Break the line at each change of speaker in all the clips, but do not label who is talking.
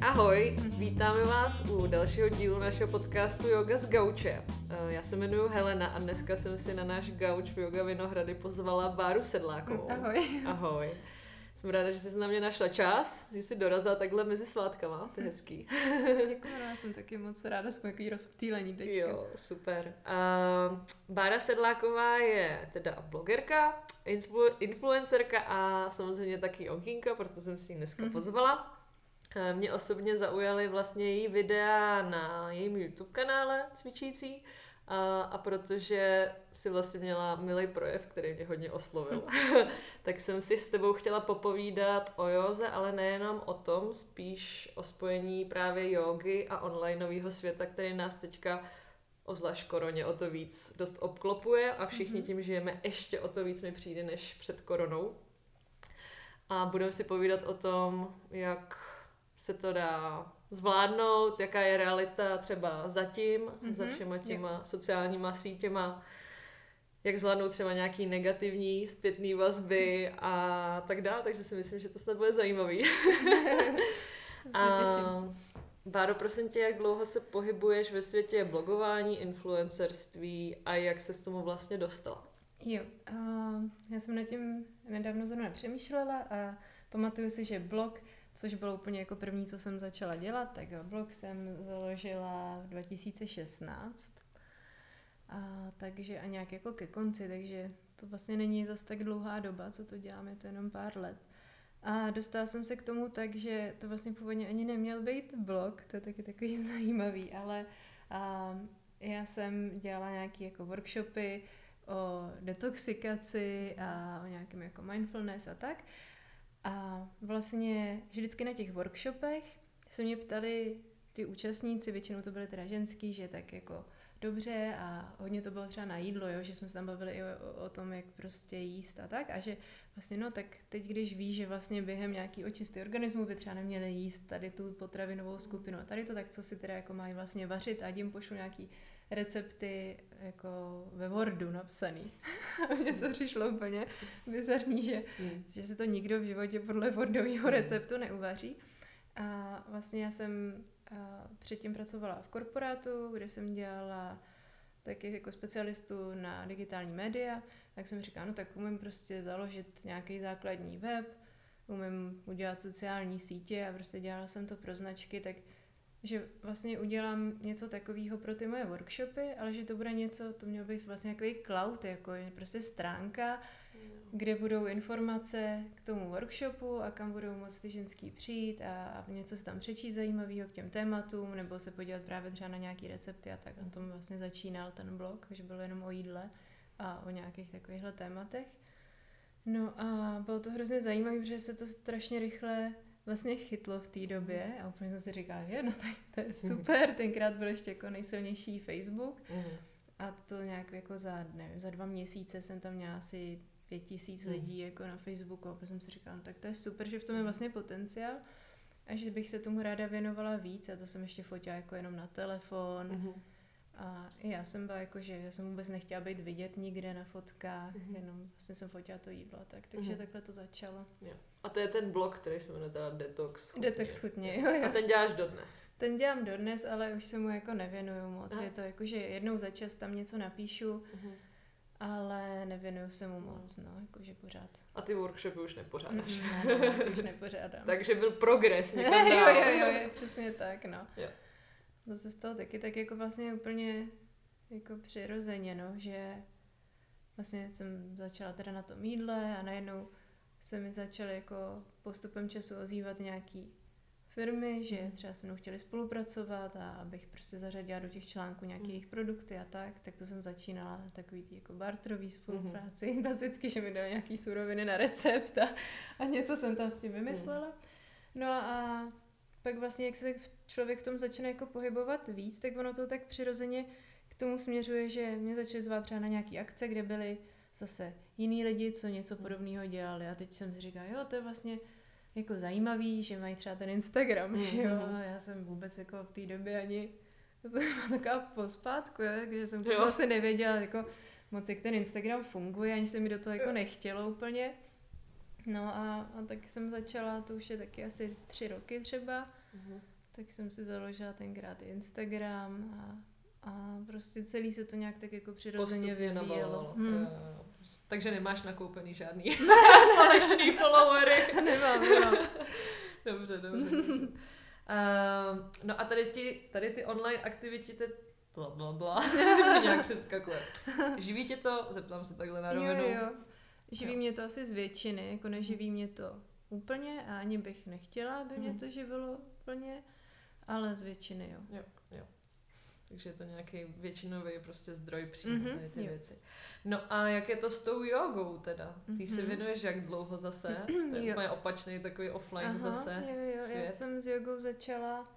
Ahoj, vítáme vás u dalšího dílu našeho podcastu Yoga z gauče. Já se jmenuji Helena a dneska jsem si na náš gauč v Yoga Vinohrady pozvala Báru Sedlákovou.
Ahoj.
Ahoj. Jsem ráda, že jsi na mě našla čas, že jsi dorazila takhle mezi svátkama, to je hezký.
Děkuji, já jsem taky moc ráda, jsme takový rozptýlení teďka.
Jo, super. Bára Sedláková je teda blogerka, influencerka a samozřejmě taky jogínka, proto jsem si ji dneska pozvala. Mě osobně zaujaly vlastně její videa na jejím YouTube kanále cvičící a protože si vlastně měla milý projev, který mě hodně oslovil, tak jsem si s tebou chtěla popovídat o józe, ale nejenom o tom, spíš o spojení právě jógy a onlineového světa, který nás teďka obzvlášť koroně o to víc dost obklopuje a všichni tím žijeme, ještě o to víc mi přijde než před koronou. A budeme si povídat o tom, jak se to dá zvládnout, jaká je realita třeba zatím, za všema těma sociálníma sítěma, jak zvládnout třeba nějaký negativní zpětný vazby a tak dále, takže si myslím, že to snad bude zajímavý. Báro, prosím tě, jak dlouho se pohybuješ ve světě blogování, influencerství a jak se s tomu vlastně dostala?
Jo, já jsem nad tím nedávno zrovna přemýšlela a pamatuju si, že blog, což bylo úplně jako první, co jsem začala dělat, tak blog jsem založila v 2016. Takže nějak jako ke konci, takže to vlastně není zas tak dlouhá doba, co to dělám, je to jenom pár let. A dostala jsem se k tomu tak, že to vlastně původně ani neměl být blog, to je taky takový zajímavý, ale já jsem dělala nějaký jako workshopy o detoxikaci a o nějakém jako mindfulness a tak. A vlastně vždycky na těch workshopech se mě ptali ty účastníci, většinou to byly teda ženský, že tak jako dobře a hodně to bylo třeba na jídlo, jo, že jsme se tam bavili i o tom, jak prostě jíst a tak a že vlastně no tak teď, když víš, že vlastně během nějaký očisty organismu by třeba neměli jíst tady tu potravinovou skupinu a tady to, tak co si teda jako mají vlastně vařit a jim pošlu nějaký recepty jako ve Wordu napsaný. A mně to přišlo úplně bizarní, že se to nikdo v životě podle Wordového receptu neuvaří. A vlastně já jsem předtím pracovala v korporátu, kde jsem dělala taky jako specialistu na digitální média, tak jsem říkala, no tak umím prostě založit nějaký základní web, umím udělat sociální sítě a prostě dělala jsem to pro značky, tak že vlastně udělám něco takového pro ty moje workshopy, ale že to bude něco, to mělo být vlastně takový cloud, jako prostě stránka, kde budou informace k tomu workshopu a kam budou moct ty ženský přijít a něco si tam přečíst zajímavého k těm tématům, nebo se podívat právě třeba na nějaký recepty a tak. Na tom vlastně začínal ten blog, že bylo jenom o jídle a o nějakých takovýchhle tématech. No a bylo to hrozně zajímavé, protože se to strašně rychle vlastně chytlo v té době a úplně jsem si říkala, no tak to je super, tenkrát byl ještě jako nejsilnější Facebook a to nějak jako za 2 měsíce jsem tam měla asi 5,000 lidí jako na Facebooku a potom jsem si říkala, no tak to je super, že v tom je vlastně potenciál a že bych se tomu ráda věnovala víc a to jsem ještě fotila jako jenom na telefon a já jsem byla jako, že já jsem vůbec nechtěla být vidět nikde na fotkách, jenom vlastně jsem fotila to jídlo a tak, takže takhle to začalo.
Jo. A to je ten blog, který se jmenuje teda Detox chutně.
Detox chutně, jo. A
ten děláš dodnes?
Ten dělám dodnes, ale už se mu jako nevěnuju moc. Je to jako, že jednou za čas tam něco napíšu, ale nevěnuju se mu moc, no, jakože pořád.
A ty workshopy už nepořádáš?
Ne, už nepořádám.
Takže byl progres někam dál.
Jo, přesně tak, no.
Jo.
To se stalo taky tak jako vlastně úplně jako přirozeně, no, že vlastně jsem začala teda na tom jídle a najednou se mi začaly jako postupem času ozývat nějaký firmy, že třeba se mnou chtěli spolupracovat a abych prostě zařadila do těch článků nějaké jejich produkty a tak to jsem začínala takový ty jako barterový spolupráci, klasicky, že mi dali nějaký suroviny na recept a něco jsem tam s tím vymyslela. No a pak vlastně, jak se člověk v tom začne jako pohybovat víc, tak ono to tak přirozeně k tomu směřuje, že mě začaly zvát třeba na nějaký akce, kde byly zase jiný lidi, co něco podobného dělali a teď jsem si říkala, jo, to je vlastně jako zajímavý, že mají třeba ten Instagram, že jo, a já jsem vůbec jako v té době ani jsem taková pospátku, že jsem prostě vlastně nevěděla jako moc, jak ten Instagram funguje, ani se mi do toho jako nechtělo úplně. No a tak jsem začala, to už je taky asi 3 roky třeba, tak jsem si založila tenkrát Instagram a prostě celý se to nějak tak jako přirozeně vyvíjelo.
Takže nemáš nakoupený žádný falešný followery.
Nemám.
Dobře. No a tady ty online aktivity, nějak přeskakuje. Živí tě to? Zeptám se takhle na rovinu.
Jo. Živí mě to asi z většiny, jako neživí mě to úplně a ani bych nechtěla, aby mě to živilo úplně, ale z většiny jo.
Takže je to nějaký většinový prostě zdroj příjmu, tady ty věci. No a jak je to s tou jogou teda? Ty si věnuješ jak dlouho zase? To je úplně opačný takový offline zase svět.
Já jsem s jogou začala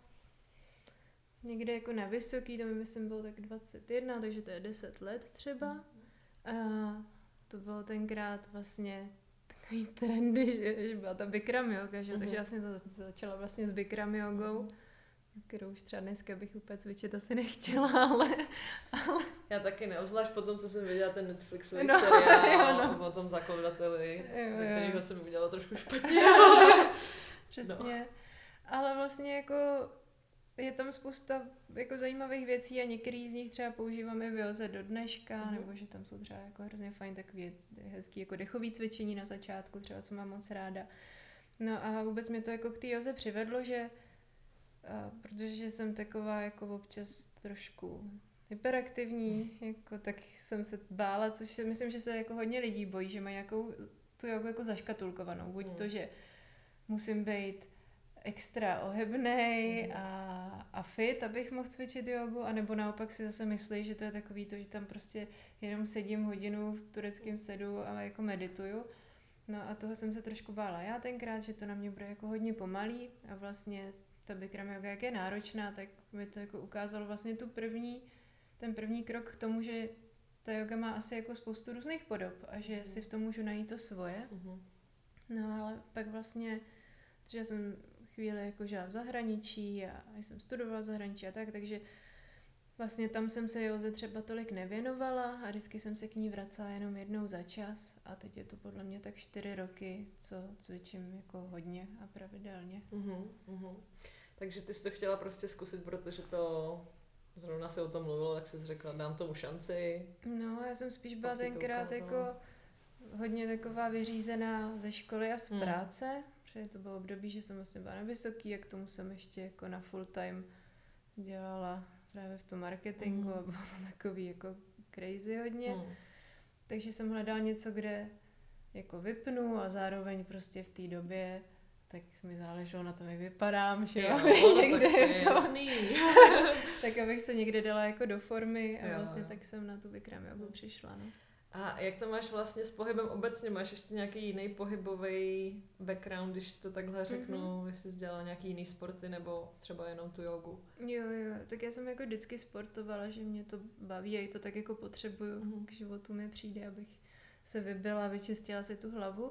někde jako na vysoký, to mi myslím bylo tak 21, takže to je 10 let třeba. A to bylo tenkrát vlastně takový trendy, že byla ta Bikram yoga, že? Takže já jsem začala vlastně s Bikram jogou, kterou už třeba dneska bych úplně cvičit asi nechtěla, ale...
Já taky ne, obzvlášť po tom, co jsem viděla ten Netflixový seriál o tom zakladateli, ze kterého jsem udělala trošku špatně.
Přesně. Ale vlastně jako je tam spousta jako zajímavých věcí a některý z nich třeba používáme v józe do dneška, nebo že tam jsou třeba jako hrozně fajn takový hezký jako dechový cvičení na začátku, třeba co mám moc ráda. No a vůbec mě to jako k té józe přivedlo, že protože jsem taková jako občas trošku hyperaktivní, jako, tak jsem se bála, což si myslím, že se jako hodně lidí bojí, že mají nějakou tu jogu jako zaškatulkovanou. Buď to, že musím být extra ohebnej a fit, abych mohl cvičit jogu, anebo naopak si zase myslí, že to je takový to, že tam prostě jenom sedím hodinu v tureckém sedu a jako medituju. No a toho jsem se trošku bála já tenkrát, že to na mě bude jako hodně pomalý a vlastně ta Bikram yoga, jak je náročná, tak mi to jako ukázalo vlastně ten první krok k tomu, že ta yoga má asi jako spoustu různých podob a že si v tom můžu najít to svoje. No ale pak vlastně, protože jsem chvíli jako žila v zahraničí a jsem studovala v zahraničí a tak, takže vlastně tam jsem se józe třeba tolik nevěnovala a vždycky jsem se k ní vracela jenom jednou za čas a teď je to podle mě tak 4 roky, co cvičím jako hodně a pravidelně.
Takže ty jsi to chtěla prostě zkusit, protože to zrovna se o tom mluvilo, tak jsi řekla, dám tomu šanci.
No, já jsem spíš byla tenkrát jako hodně taková vyřízená ze školy a z práce, protože to bylo období, že jsem vlastně byla na vysoký a k tomu jsem ještě jako na full time dělala právě v tom marketingu a bylo to takový jako crazy hodně. Takže jsem hledala něco, kde jako vypnu a zároveň prostě v té době tak mi záleželo na tom, jak vypadám, že jo, někde
tak
jako,
jasný.
tak abych se někde dala jako do formy a vlastně tak jsem na tu Bikram jogu přišla, no.
A jak to máš vlastně s pohybem obecně? Máš ještě nějaký jiný pohybový background, když to takhle řeknu, jestli jsi dělala nějaký jiný sporty nebo třeba jenom tu jogu?
Jo, tak já jsem jako vždycky sportovala, že mě to baví a i to tak jako potřebuju, k životu mi přijde, abych se vybila, vyčistila si tu hlavu.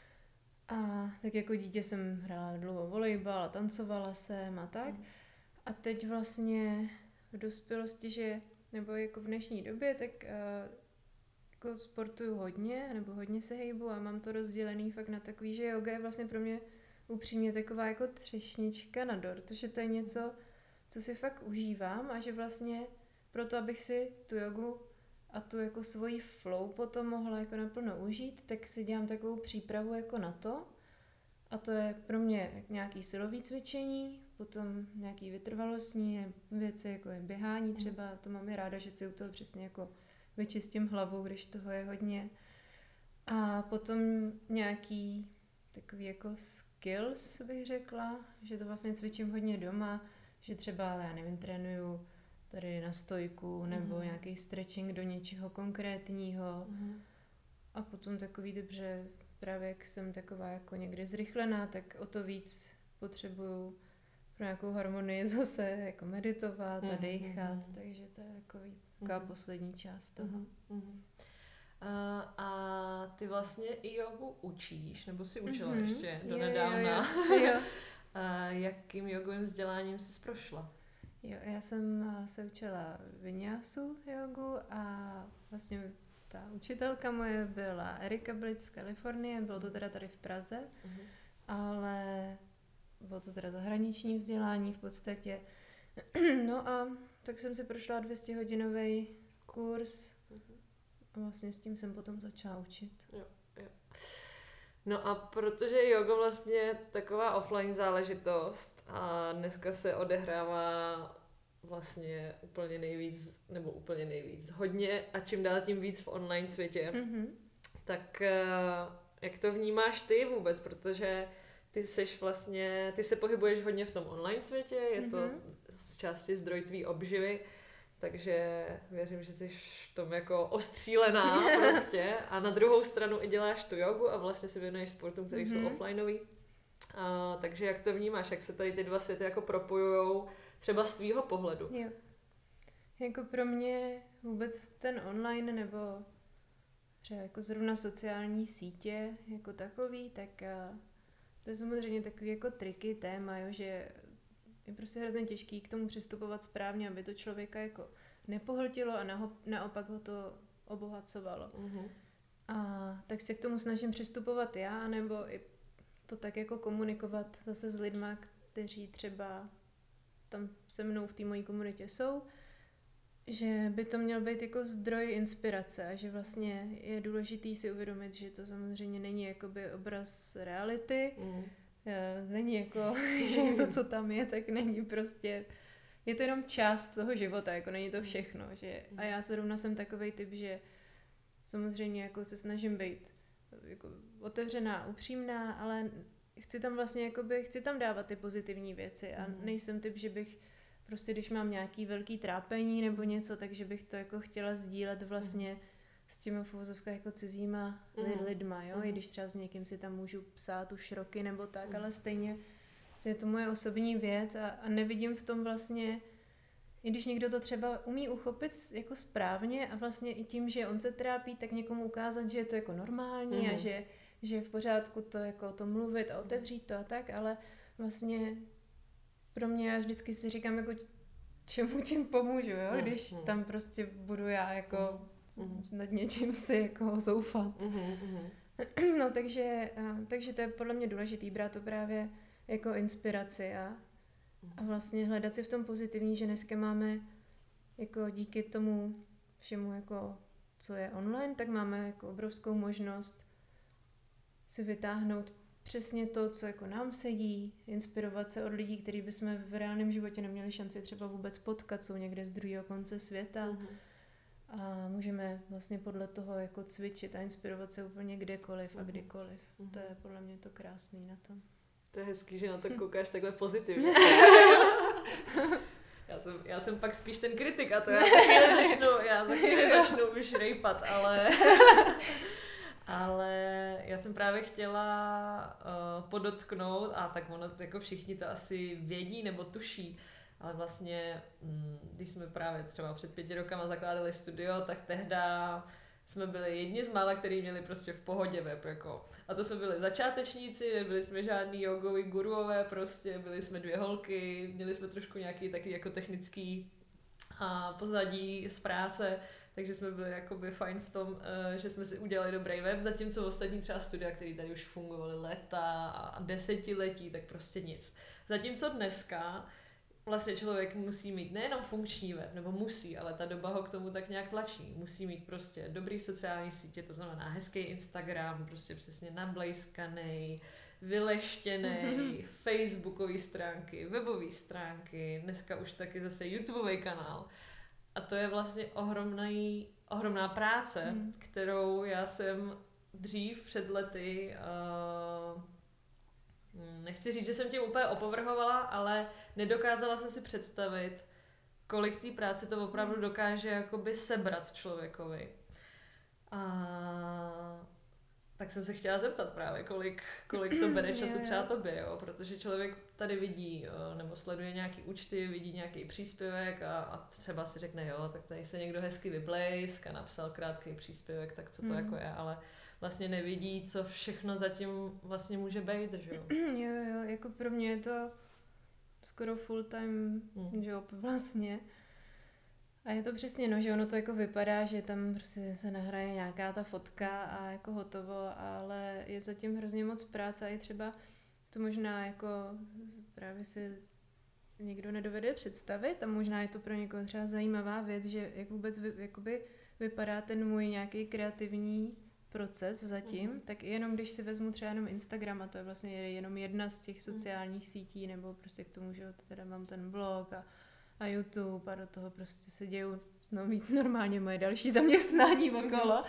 A tak jako dítě jsem hrála dlouho volejbal a tancovala jsem a tak. A teď vlastně v dospělosti, nebo jako v dnešní době, tak jako sportuju hodně, nebo hodně se hejbu a mám to rozdělený fakt na takový, že yoga je vlastně pro mě upřímně taková jako třešnička na dort, že to je něco, co si fakt užívám a že vlastně proto, abych si tu jogu a tu jako svoji flow potom mohla jako naplno užít, tak si dělám takovou přípravu jako na to. A to je pro mě nějaký silový cvičení, potom nějaký vytrvalostní věci, jako je běhání třeba, to mám i ráda, že si u toho přesně jako vyčistím hlavu, když toho je hodně. A potom nějaký takový jako skills bych řekla, že to vlastně cvičím hodně doma, že třeba, já nevím, trénuju tady na stojku nebo nějaký stretching do něčeho konkrétního. A potom takový dobře, právě jak jsem taková jako někdy zrychlená, tak o to víc potřebuju pro nějakou harmonii zase jako meditovat a dejchat, takže to je taková poslední část toho.
A ty vlastně i jogu učíš, nebo si učila ještě donedávna?
Jo.
Jakým jogovým vzděláním jsi prošla?
Jo, já jsem se učila vinyásu jogu a vlastně ta učitelka moje byla Erika Blitz z Kalifornie, bylo to teda tady v Praze, ale bylo to teda zahraniční vzdělání v podstatě. No a tak jsem si prošla 200-hodinový kurz a vlastně s tím jsem potom začala učit.
Jo. No a protože yoga vlastně je taková offline záležitost a dneska se odehrává vlastně úplně nejvíc, hodně a čím dál tím víc v online světě, tak jak to vnímáš ty vůbec, protože ty se pohybuješ hodně v tom online světě, je to z části zdroj tvý obživy, takže věřím, že jsi v tom jako ostřílená prostě a na druhou stranu i děláš tu jogu a vlastně se věnuješ sportům, které jsou offlineový. Takže jak to vnímáš, jak se tady ty dva světy jako propojujou třeba z tvýho pohledu?
Jo. Jako pro mě vůbec ten online nebo třeba jako zrovna sociální sítě jako takový, tak to je samozřejmě takový jako triky téma, jo, že je prostě hrozně těžký k tomu přistupovat správně, aby to člověka jako nepohltilo a naopak ho to obohacovalo. A tak se k tomu snažím přistupovat já, nebo i to tak jako komunikovat zase s lidma, kteří třeba tam se mnou v té mojí komunitě jsou, že by to měl být jako zdroj inspirace a že vlastně je důležitý si uvědomit, že to samozřejmě není jakoby obraz reality, není jako, že to, co tam je, tak není prostě, je to jenom část toho života, jako není to všechno, že a já zrovna jsem takovej typ, že samozřejmě jako se snažím být jako otevřená, upřímná, ale chci tam vlastně jakoby, chci tam dávat ty pozitivní věci a nejsem typ, že bych prostě, když mám nějaký velký trápení nebo něco, takže bych to jako chtěla sdílet vlastně s těmi v uvozovkách jako cizíma lidma, jo, i když třeba s někým si tam můžu psát už roky nebo tak, ale stejně je to moje osobní věc a nevidím v tom vlastně, i když někdo to třeba umí uchopit jako správně a vlastně i tím, že on se trápí, tak někomu ukázat, že je to jako normální a že je v pořádku to jako o tom mluvit a otevřít to a tak, ale vlastně pro mě, já vždycky si říkám, jako čemu tím pomůžu, jo? Když tam prostě budu já jako nad něčím si jako zoufat. No takže to je podle mě důležitý, brát to právě jako inspiraci a vlastně hledat si v tom pozitivní, že dneska máme jako díky tomu všemu jako co je online, tak máme jako obrovskou možnost si vytáhnout přesně to, co jako nám sedí, inspirovat se od lidí, který bychom v reálném životě neměli šanci třeba vůbec potkat, jsou někde z druhého konce světa a můžeme vlastně podle toho jako cvičit a inspirovat se úplně kdekoliv a kdykoliv. To je podle mě to krásný na tom.
To je hezký, že na to koukáš takhle pozitivně. Já jsem pak spíš ten kritik a to já za chvíli začnu už rejpat, ale já jsem právě chtěla podotknout, a tak ono jako všichni to asi vědí nebo tuší, ale vlastně, když jsme právě třeba před 5 rokama zakládali studio, tak tehda jsme byli jedni z mála, kteří měli prostě v pohodě web, jako. A to jsme byli začátečníci, nebyli jsme žádný jogoví guruové, prostě byli jsme 2 holky, měli jsme trošku nějaký taky jako technický pozadí z práce, takže jsme byli jakoby fajn v tom, že jsme si udělali dobrý web, zatímco ostatní třeba studia, které tady už fungovaly léta a desetiletí, tak prostě nic. Zatímco dneska vlastně člověk musí mít nejenom funkční web, nebo musí, ale ta doba ho k tomu tak nějak tlačí. Musí mít prostě dobrý sociální sítě, to znamená hezký Instagram, prostě přesně nablejskanej, vyleštěnej, facebookové stránky, webové stránky, dneska už taky zase YouTubeový kanál. A to je vlastně ohromná práce, kterou já jsem dřív před lety, nechci říct, že jsem tím úplně opovrhovala, ale nedokázala jsem si představit, kolik té práce to opravdu dokáže jakoby sebrat člověkovi. Tak jsem se chtěla zeptat právě, kolik to bere času třeba tobě, jo? Protože člověk tady vidí nebo sleduje nějaký účty, vidí nějaký příspěvek a třeba si řekne, jo, tak tady se někdo hezky vyblejsk a napsal krátký příspěvek, tak co to jako je, ale vlastně nevidí, co všechno zatím vlastně může být, že jo?
Jo, jako pro mě je to skoro full time job vlastně. A je to přesně, no, že ono to jako vypadá, že tam prostě se nahraje nějaká ta fotka a jako hotovo, ale je zatím hrozně moc práce a i třeba to možná jako právě si někdo nedovede představit a možná je to pro někoho třeba zajímavá věc, že jak vůbec jakoby vypadá ten můj nějaký kreativní proces zatím, tak jenom když si vezmu třeba jenom Instagram a to je vlastně jenom jedna z těch sociálních sítí, nebo prostě k tomu, že teda mám ten blog a YouTube a do toho prostě se dějou normálně moje další zaměstnání okolo,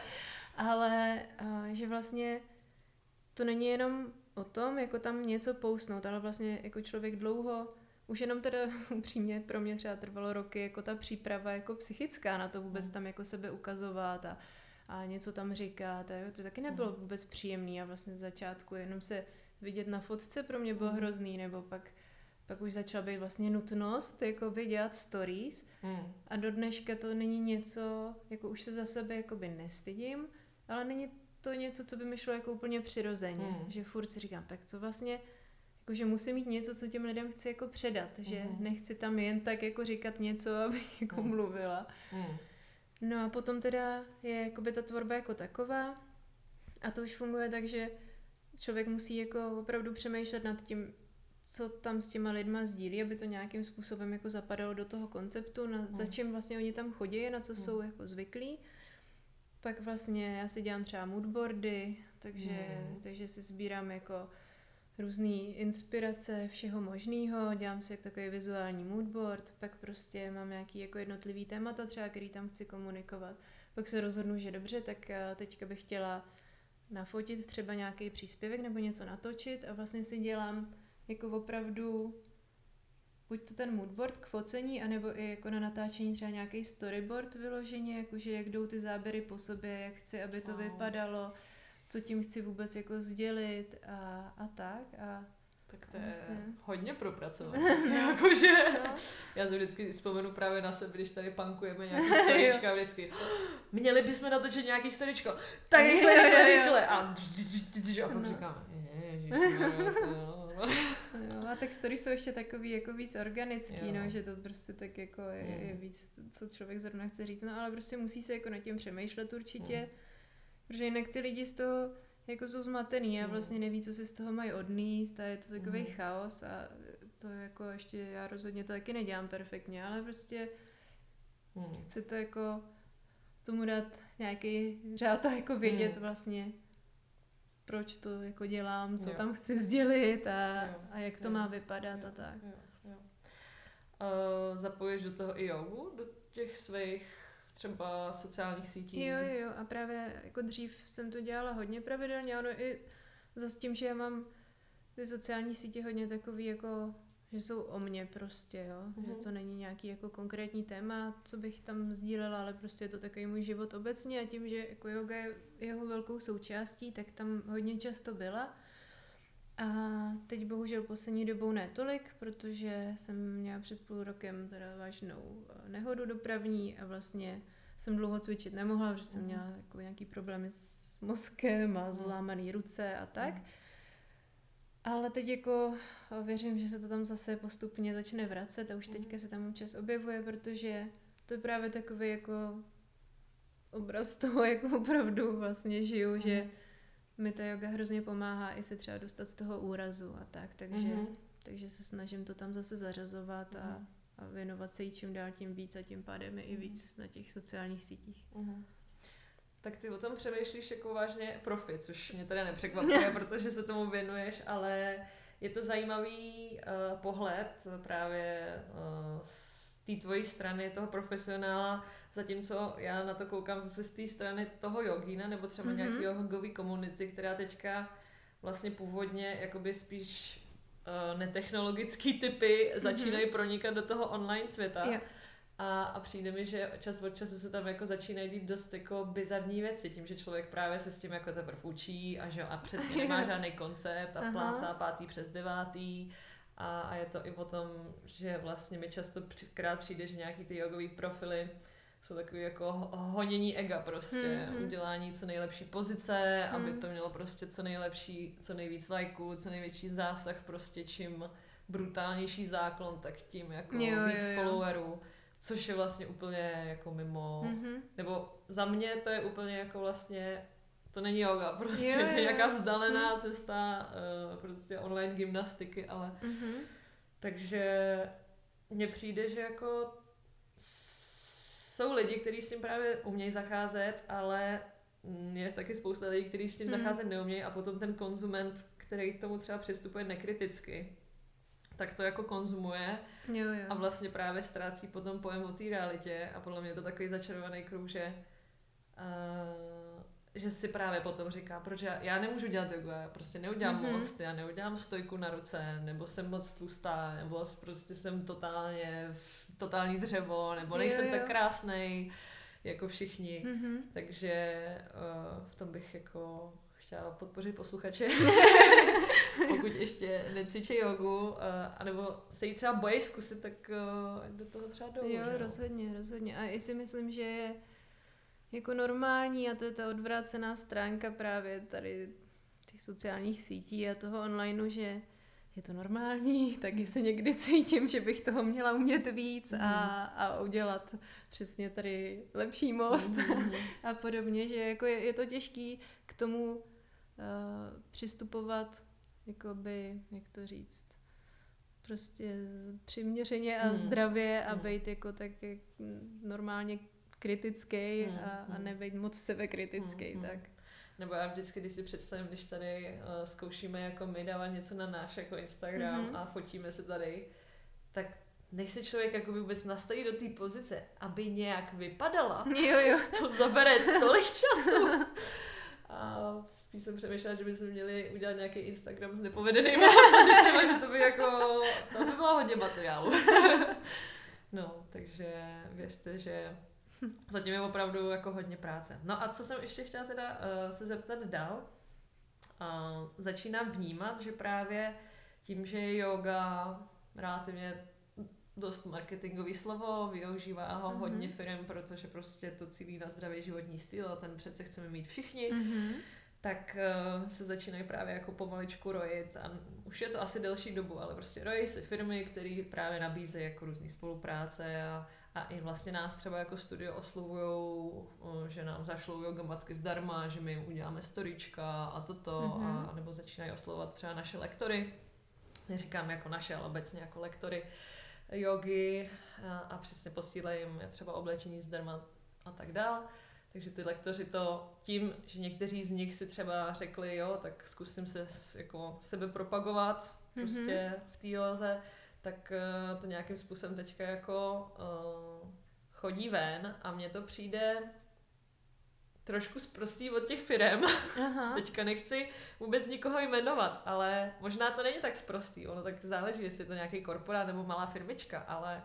ale že vlastně to není jenom o tom, jako tam něco poustnout, ale vlastně jako člověk dlouho, už jenom teda upřímně pro mě třeba trvalo roky, jako ta příprava jako psychická na to vůbec tam jako sebe ukazovat a něco tam říkat. A to taky nebylo vůbec příjemný a vlastně z začátku jenom se vidět na fotce pro mě bylo hrozný, nebo pak už začala být vlastně nutnost jakoby dělat stories a do dneška to není něco, jako už se za sebe jakoby nestydím, ale není to něco, co by mi šlo jako úplně přirozeně, že furt si říkám, tak co vlastně, jako že musím mít něco, co těm lidem chci jako předat, že nechci tam jen tak jako říkat něco, abych jako mluvila. No a potom teda je jakoby ta tvorba jako taková a to už funguje tak, že člověk musí jako opravdu přemýšlet nad tím, co tam s těma lidma sdílí, aby to nějakým způsobem jako zapadalo do toho konceptu, za čím vlastně oni tam chodí, na co jsou jako zvyklí. Pak vlastně já si dělám třeba moodboardy, takže si sbírám jako různý inspirace všeho možného, dělám si jako takový vizuální moodboard, pak prostě mám nějaký jako jednotlivý témata třeba, který tam chci komunikovat. Pak se rozhodnu, že dobře, tak teďka bych chtěla nafotit třeba nějaký příspěvek nebo něco natočit a vlastně si dělám jako opravdu buď to ten moodboard k focení, anebo i jako na natáčení třeba nějaký storyboard vyloženě, jakože jak jdou ty záběry po sobě, jak chci, aby to vypadalo, co tím chci vůbec jako sdělit a tak.
Tak to je hodně propracované. Jakože já se vždycky vzpomenu právě na sebe, když tady punkujeme nějaký storička vždycky. Měli bychom natočit nějaký storičko. Tak rychle. A pak říkám,
a tak stories jsou ještě takový jako víc organický, no, že to prostě tak jako je víc, co člověk zrovna chce říct, no ale prostě musí se jako nad tím přemýšlet určitě, protože jinak ty lidi z toho jako jsou zmatený a vlastně neví, co si z toho mají odníst a je to takový chaos a to jako ještě já rozhodně to taky nedělám perfektně, ale prostě chci to jako tomu dát nějaký řád a jako vědět vlastně, proč to jako dělám, co tam chci sdělit a jak to má vypadat a tak.
Zapoješ do toho i jogu, do těch svých třeba sociálních sítí?
Jo, a právě jako dřív jsem to dělala hodně pravidelně, ono i zase tím, že já mám ty sociální sítě hodně takový jako, že jsou o mně prostě, jo, že to není nějaký jako konkrétní téma, co bych tam sdílela, ale prostě je to takový můj život obecně a tím, že jako yoga je jeho velkou součástí, tak tam hodně často byla. A teď bohužel poslední dobou ne tolik, protože jsem měla před půl rokem teda vážnou nehodu dopravní a vlastně jsem dlouho cvičit nemohla, protože jsem měla jako nějaký problémy s mozkem a zlámaný ruce a tak. Ale teď jako věřím, že se to tam zase postupně začne vracet a už teďka se tam občas objevuje, protože to je právě takový jako obraz toho, jak opravdu vlastně žiju, že mi ta yoga hrozně pomáhá i se třeba dostat z toho úrazu a tak, takže se snažím to tam zase zařazovat a věnovat se jí čím dál tím víc a tím pádem i víc na těch sociálních sítích.
Tak ty o tom přemýšlíš jako vážně profi, což mě teda nepřekvapuje, protože se tomu věnuješ, ale je to zajímavý pohled právě z té tvojí strany, toho profesionála, zatímco já na to koukám zase z té strany toho jogína, nebo třeba nějaký jogový komunity, která teďka vlastně původně jakoby spíš netechnologický typy začínají pronikat do toho online světa.
Yeah.
A přijde mi, že čas od času se tam jako začínají dít dost jako bizarní věci, tím, že člověk právě se s tím jako teprve učí a přesně nemá žádný koncept a plácá 5. přes 9. A je to i o tom, že vlastně mi častokrát přijde, že nějaký ty jogový profily jsou takový jako honění ega prostě, udělání co nejlepší pozice, aby to mělo prostě co nejlepší, co nejvíc lajků, co největší zásah prostě, čím brutálnější záklon, tak tím jako víc followerů. Což je vlastně úplně jako mimo, nebo za mě to je úplně jako vlastně to není yoga, prostě to je nějaká vzdálená cesta prostě online gymnastiky, ale takže mně přijde, že jako jsou lidi, kteří s tím právě umějí zacházet, ale je taky spousta lidí, kteří s tím zacházet neumějí a potom ten konzument, který k tomu třeba přistupuje nekriticky, tak to jako konzumuje a vlastně právě ztrácí potom pojem o té realitě a podle mě je to takový začarovaný kruh, že si právě potom říká, proč já nemůžu dělat jogu, já prostě neudělám most, já neudělám stojku na ruce, nebo jsem moc tlustá, nebo prostě jsem totální dřevo, nebo nejsem tak krásnej jako všichni, takže v tom bych jako chtěla podpořit posluchače, pokud ještě necvičí jogu, anebo se jí třeba bojí zkusit, tak do toho třeba jdou.
Jo, rozhodně. A i si myslím, že je jako normální, a to je ta odvrácená stránka právě tady těch sociálních sítí a toho onlineu, že je to normální, taky se někdy cítím, že bych toho měla umět víc a udělat přesně tady lepší most a podobně, že jako je to těžký k tomu přistupovat, jakoby, jak to říct, prostě přiměřeně a zdravě a být jako tak normálně kritický a nebejt moc sebekritický, tak.
Nebo já vždycky, když si představím, když tady zkoušíme jako my dávat něco na náš jako Instagram a fotíme se tady, tak než se člověk jako vůbec nastaví do té pozice, aby nějak vypadala, to zabere tolik času. A spíš jsem přemýšlela, že bychom měli udělat nějaký Instagram s nepovedenými pozicemi, že to by bylo hodně materiálu. No, takže věřte, že zatím je opravdu jako hodně práce. No a co jsem ještě chtěla teda se zeptat dál, začínám vnímat, že právě tím, že je yoga relativně dost marketingový slovo, využívá ho hodně firm, protože prostě to cílí na zdravý životní styl a ten přece chceme mít všichni, tak se začínají právě jako pomaličku rojit a už je to asi delší dobu, ale prostě rojí se firmy, které právě nabízejí jako různý spolupráce a i vlastně nás třeba jako studio oslovujou, že nám zašlou yoga matky zdarma, že my jim uděláme storíčka a toto, a nebo začínají oslovovat třeba naše lektory, neříkám jako naše, ale obecně jako lektory jogy a přesně posílají jim třeba oblečení zdarma a tak dál. Takže ty lektoři to tím, že někteří z nich si třeba řekli, jo, tak zkusím se jako sebe propagovat prostě v té józe, tak to nějakým způsobem teďka jako chodí ven a mně to přijde trošku sprostý od těch firem. Teďka nechci vůbec nikoho jmenovat, ale možná to není tak sprostý, ono tak záleží, jestli je to nějaký korporát nebo malá firmička, ale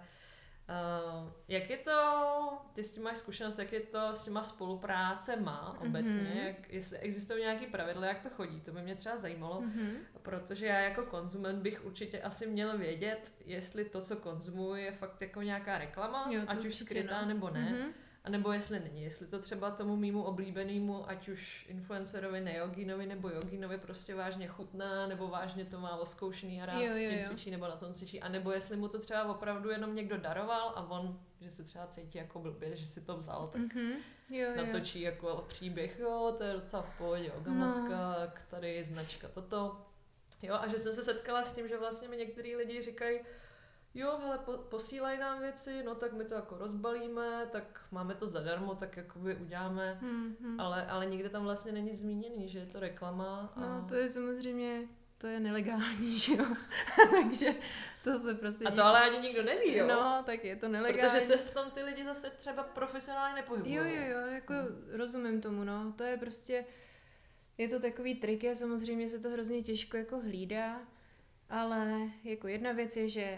jak je to, ty s tím máš zkušenost, jak je to s těma spoluprácema obecně, jestli existují nějaký pravidla, jak to chodí, to by mě třeba zajímalo, protože já jako konzument bych určitě asi měl vědět, jestli to, co konzumuji, je fakt jako nějaká reklama, ať už skrytá nebo ne, a nebo jestli není, jestli to třeba tomu mýmu oblíbenému, ať už influencerovi, nejogínovi nebo jogínovi prostě vážně chutná, nebo vážně to má oskoušený a rád s tím cvičí nebo na tom cvičí, a nebo jestli mu to třeba opravdu jenom někdo daroval a on, že se třeba cítí jako blbě, že si to vzal, tak natočí jako příběh, jo, to je docela v pohodě, yoga matka, tady značka toto. Jo, a že jsem se setkala s tím, že vlastně mi některý lidi říkají, jo, hele, posílají nám věci, no tak my to jako rozbalíme, tak máme to zadarmo, tak jakoby uděláme, ale nikde tam vlastně není zmíněný, že je to reklama.
No, to je samozřejmě, to je nelegální, že jo, takže to se prostě...
A to ale ani nikdo neví, jo?
No, tak je to nelegální.
Protože se v tom ty lidi zase třeba profesionálně nepohybují.
Jo, jako rozumím tomu, no, to je prostě, je to takový trik, a samozřejmě se to hrozně těžko jako hlídá, ale jako jedna věc je, že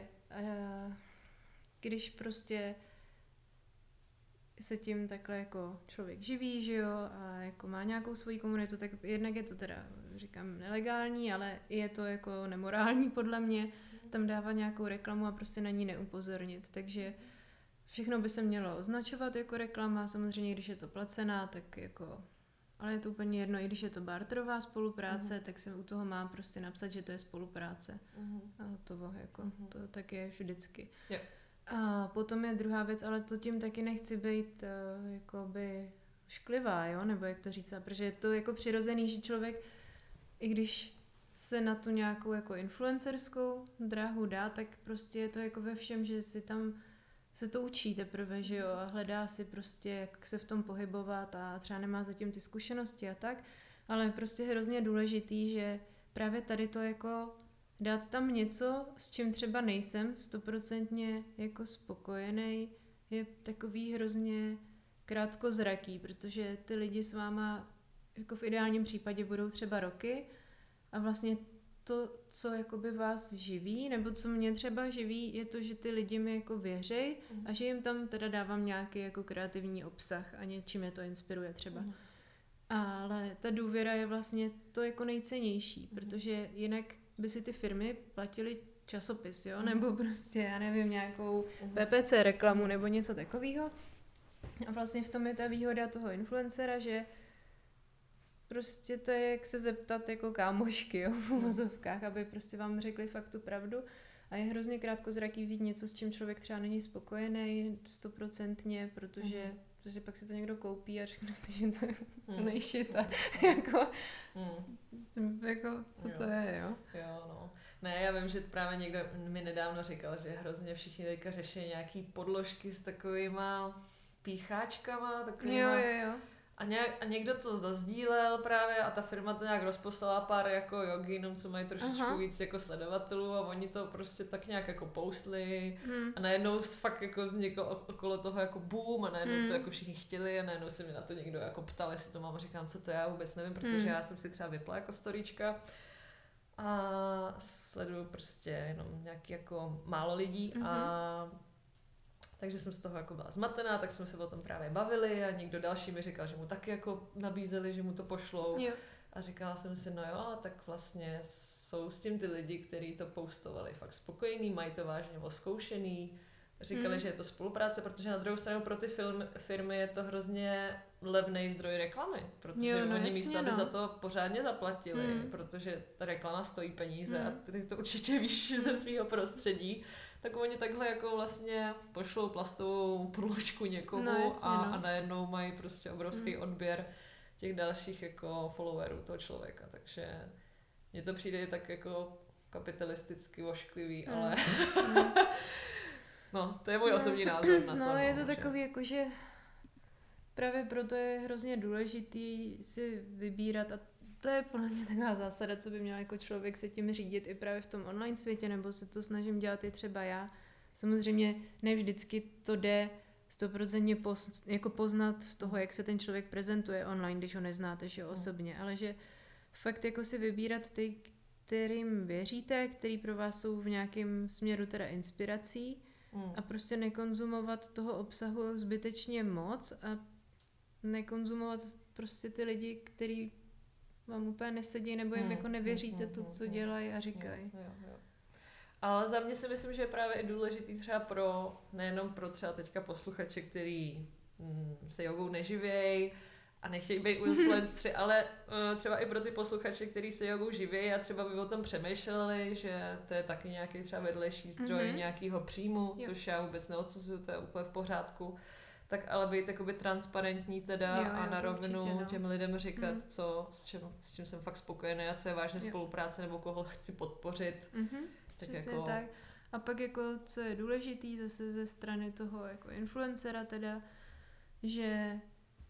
když prostě se tím takhle jako člověk živí, že jo, a jako má nějakou svoji komunitu, tak jednak je to teda, říkám, nelegální, ale je to jako nemorální podle mě, tam dávat nějakou reklamu a prostě na ní neupozornit, takže všechno by se mělo označovat jako reklama, samozřejmě když je to placená, tak jako, ale je to úplně jedno, i když je to barterová spolupráce, tak se u toho má prostě napsat, že to je spolupráce. A hotovo, jako, to tak je vždycky.
Yeah.
A potom je druhá věc, ale to tím taky nechci být jakoby šklivá, jo, nebo jak to říct, protože je to jako přirozený, že člověk, i když se na tu nějakou jako influencerskou dráhu dá, tak prostě je to jako ve všem, že si tam se to učí teprve, že jo, a hledá si prostě, jak se v tom pohybovat a třeba nemá zatím ty zkušenosti a tak, ale prostě je hrozně důležitý, že právě tady to jako dát tam něco, s čím třeba nejsem 100% jako spokojený, je takový hrozně krátkozraký, protože ty lidi s váma jako v ideálním případě budou třeba roky a vlastně to, co jakoby vás živí, nebo co mě třeba živí, je to, že ty lidi mi jako věří a že jim tam teda dávám nějaký jako kreativní obsah a něčím je to inspiruje třeba. Ale ta důvěra je vlastně to jako nejcennější, protože jinak by si ty firmy platily časopis, jo, nebo prostě, já nevím, nějakou PPC reklamu nebo něco takového. A vlastně v tom je ta výhoda toho influencera, že prostě to je jak se zeptat jako kámošky, jo, v uvozovkách, aby prostě vám řekli fakt tu pravdu. A je hrozně krátkozraký vzít něco, s čím člověk třeba není spokojený 100%, protože pak si to někdo koupí a řekne si, že to je úplnej shit a jako co to je, jo?
Jo, no. Ne, já vím, že právě někdo mi nedávno říkal, že hrozně všichni teďka řeší nějaký podložky s takovýma pícháčkama, takovýma...
Jo.
A někdo to zazdílel právě a ta firma to nějak rozposlala pár jako jogínům, co mají trošičku víc jako sledovatelů a oni to prostě tak nějak jako postli a najednou fakt jako vznikl okolo toho jako boom a najednou to jako všichni chtěli a najednou se mě na to někdo jako ptal, jestli to mám a říkám, co to já vůbec nevím, protože já jsem si třeba vypla jako storíčka a sleduju prostě jenom nějaký jako málo lidí a takže jsem z toho jako byla zmatená, tak jsme se o tom právě bavili a někdo další mi říkal, že mu taky jako nabízeli, že mu to pošlou.
Jo.
A říkala jsem si, no jo, tak vlastně jsou s tím ty lidi, kteří to postovali fakt spokojení, mají to vážně oskoušený. Říkali, že je to spolupráce, protože na druhou stranu pro ty firmy je to hrozně levný zdroj reklamy, protože oni místo aby za to pořádně zaplatili, protože ta reklama stojí peníze a ty to určitě víš ze svého prostředí, tak oni takhle jako vlastně pošlou plastovou podložku někomu a najednou mají prostě obrovský odběr těch dalších jako followerů toho člověka, takže mně to přijde tak jako kapitalisticky ošklivý, ale no, to je můj osobní názor na to.
No, je to takový jako, že právě proto je hrozně důležitý si vybírat a to je podle mě taková zásada, co by měl jako člověk se tím řídit i právě v tom online světě, nebo se to snažím dělat i třeba já. Samozřejmě ne vždycky to jde 100% jako poznat z toho, jak se ten člověk prezentuje online, když ho neznáte, že osobně, ale že fakt jako si vybírat ty, kterým věříte, který pro vás jsou v nějakém směru teda inspirací a prostě nekonzumovat toho obsahu zbytečně moc a nekonzumovat prostě ty lidi, který vám úplně nesedí nebo jim jako nevěříte to, co dělají a říkají.
Jo. Ale za mě si myslím, že je právě i důležitý třeba pro, nejenom pro třeba teďka posluchače, který se jogou neživějí a nechtějí být influenceri, ale třeba i pro ty posluchače, kteří se jogou živějí a třeba by o tom přemýšleli, že to je taky nějaký třeba vedlejší zdroj nějakého příjmu, což já vůbec neodsuzuju, to je úplně v pořádku. Tak ale být jakoby transparentní teda a na rovinu těm lidem říkat, s čím jsem fakt spokojený a co je vážně spolupráce nebo koho chci podpořit.
Tak přesně jako... tak. A pak jako, co je důležitý zase ze strany toho jako influencera teda, že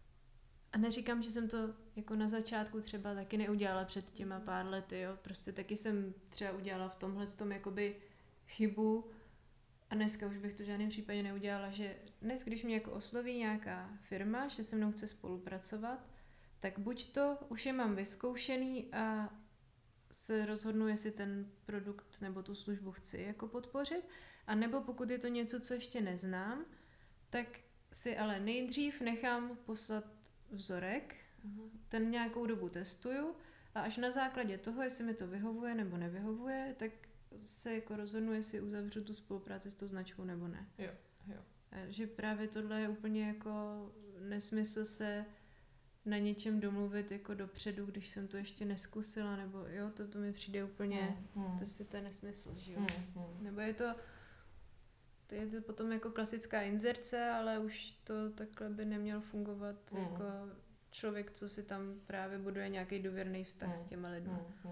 a neříkám, že jsem to jako na začátku třeba taky neudělala před těma pár lety, jo. Prostě taky jsem třeba udělala v tomhle tom jakoby chybu a dneska už bych to v žádném případě neudělala, že dnes, když mě jako osloví nějaká firma, že se mnou chce spolupracovat, tak buď to už je mám vyzkoušený a se rozhodnu, jestli ten produkt nebo tu službu chci jako podpořit, a nebo pokud je to něco, co ještě neznám, tak si ale nejdřív nechám poslat vzorek, ten nějakou dobu testuju a až na základě toho, jestli mi to vyhovuje nebo nevyhovuje, tak se jako rozhodnu, jestli uzavřu tu spolupráci s tou značkou nebo ne.
Jo.
Že právě tohle je úplně jako nesmysl se na něčem domluvit jako dopředu, když jsem to ještě neskusila, nebo jo, to mi přijde úplně, to je nesmysl, že jo. Nebo je to to je to potom jako klasická inzerce, ale už to takhle by neměl fungovat jako člověk, co si tam právě buduje nějaký důvěrný vztah s těma lidmi.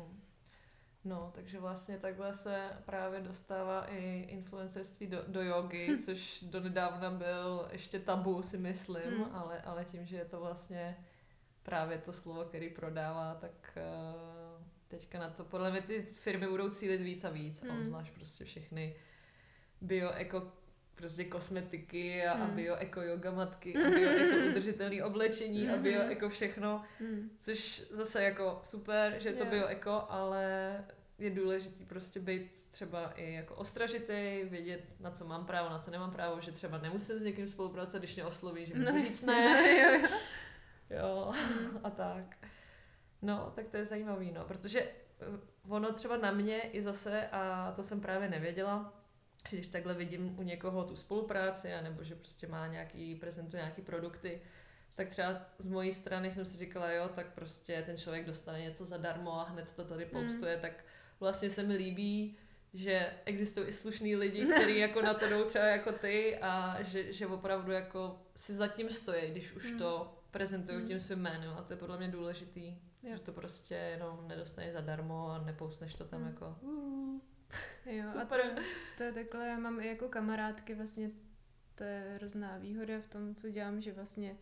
No, takže vlastně takhle se právě dostává i influencerství do jogy, což donedávna byl ještě tabu, si myslím, ale tím, že je to vlastně právě to slovo, který prodává, tak teďka na to podle mě ty firmy budou cílit víc a víc, a obzvlášť prostě všechny bio-eko prostě kosmetiky a bio-eko yoga matky a bio-eko udržitelné oblečení a bio-eko všechno, což zase jako super, že je to bio-eko, ale je důležitý prostě být třeba i jako ostražitý, vědět, na co mám právo, na co nemám právo, že třeba nemusím s někým spolupracovat, když mě osloví, že mi říct ne. Jo, a tak. No, tak to je zajímavý, no, protože ono třeba na mě i zase, a to jsem právě nevěděla, že když takhle vidím u někoho tu spolupráci, anebo že prostě prezentuje nějaký produkty, tak třeba z mojí strany jsem si říkala, jo, tak prostě ten člověk dostane něco zadarmo a hned to tady postuje, tak vlastně se mi líbí, že existují i slušný lidi, kteří jako na to jdou třeba jako ty a že opravdu jako si zatím stojí, když už to prezentují tím svým jménem, a to je podle mě důležitý, že to prostě jenom nedostaneš zadarmo a nepoustneš to tam jako
Jo,
super.
A to je takhle, já mám i jako kamarádky, vlastně to je hrozná výhoda v tom, co dělám, že vlastně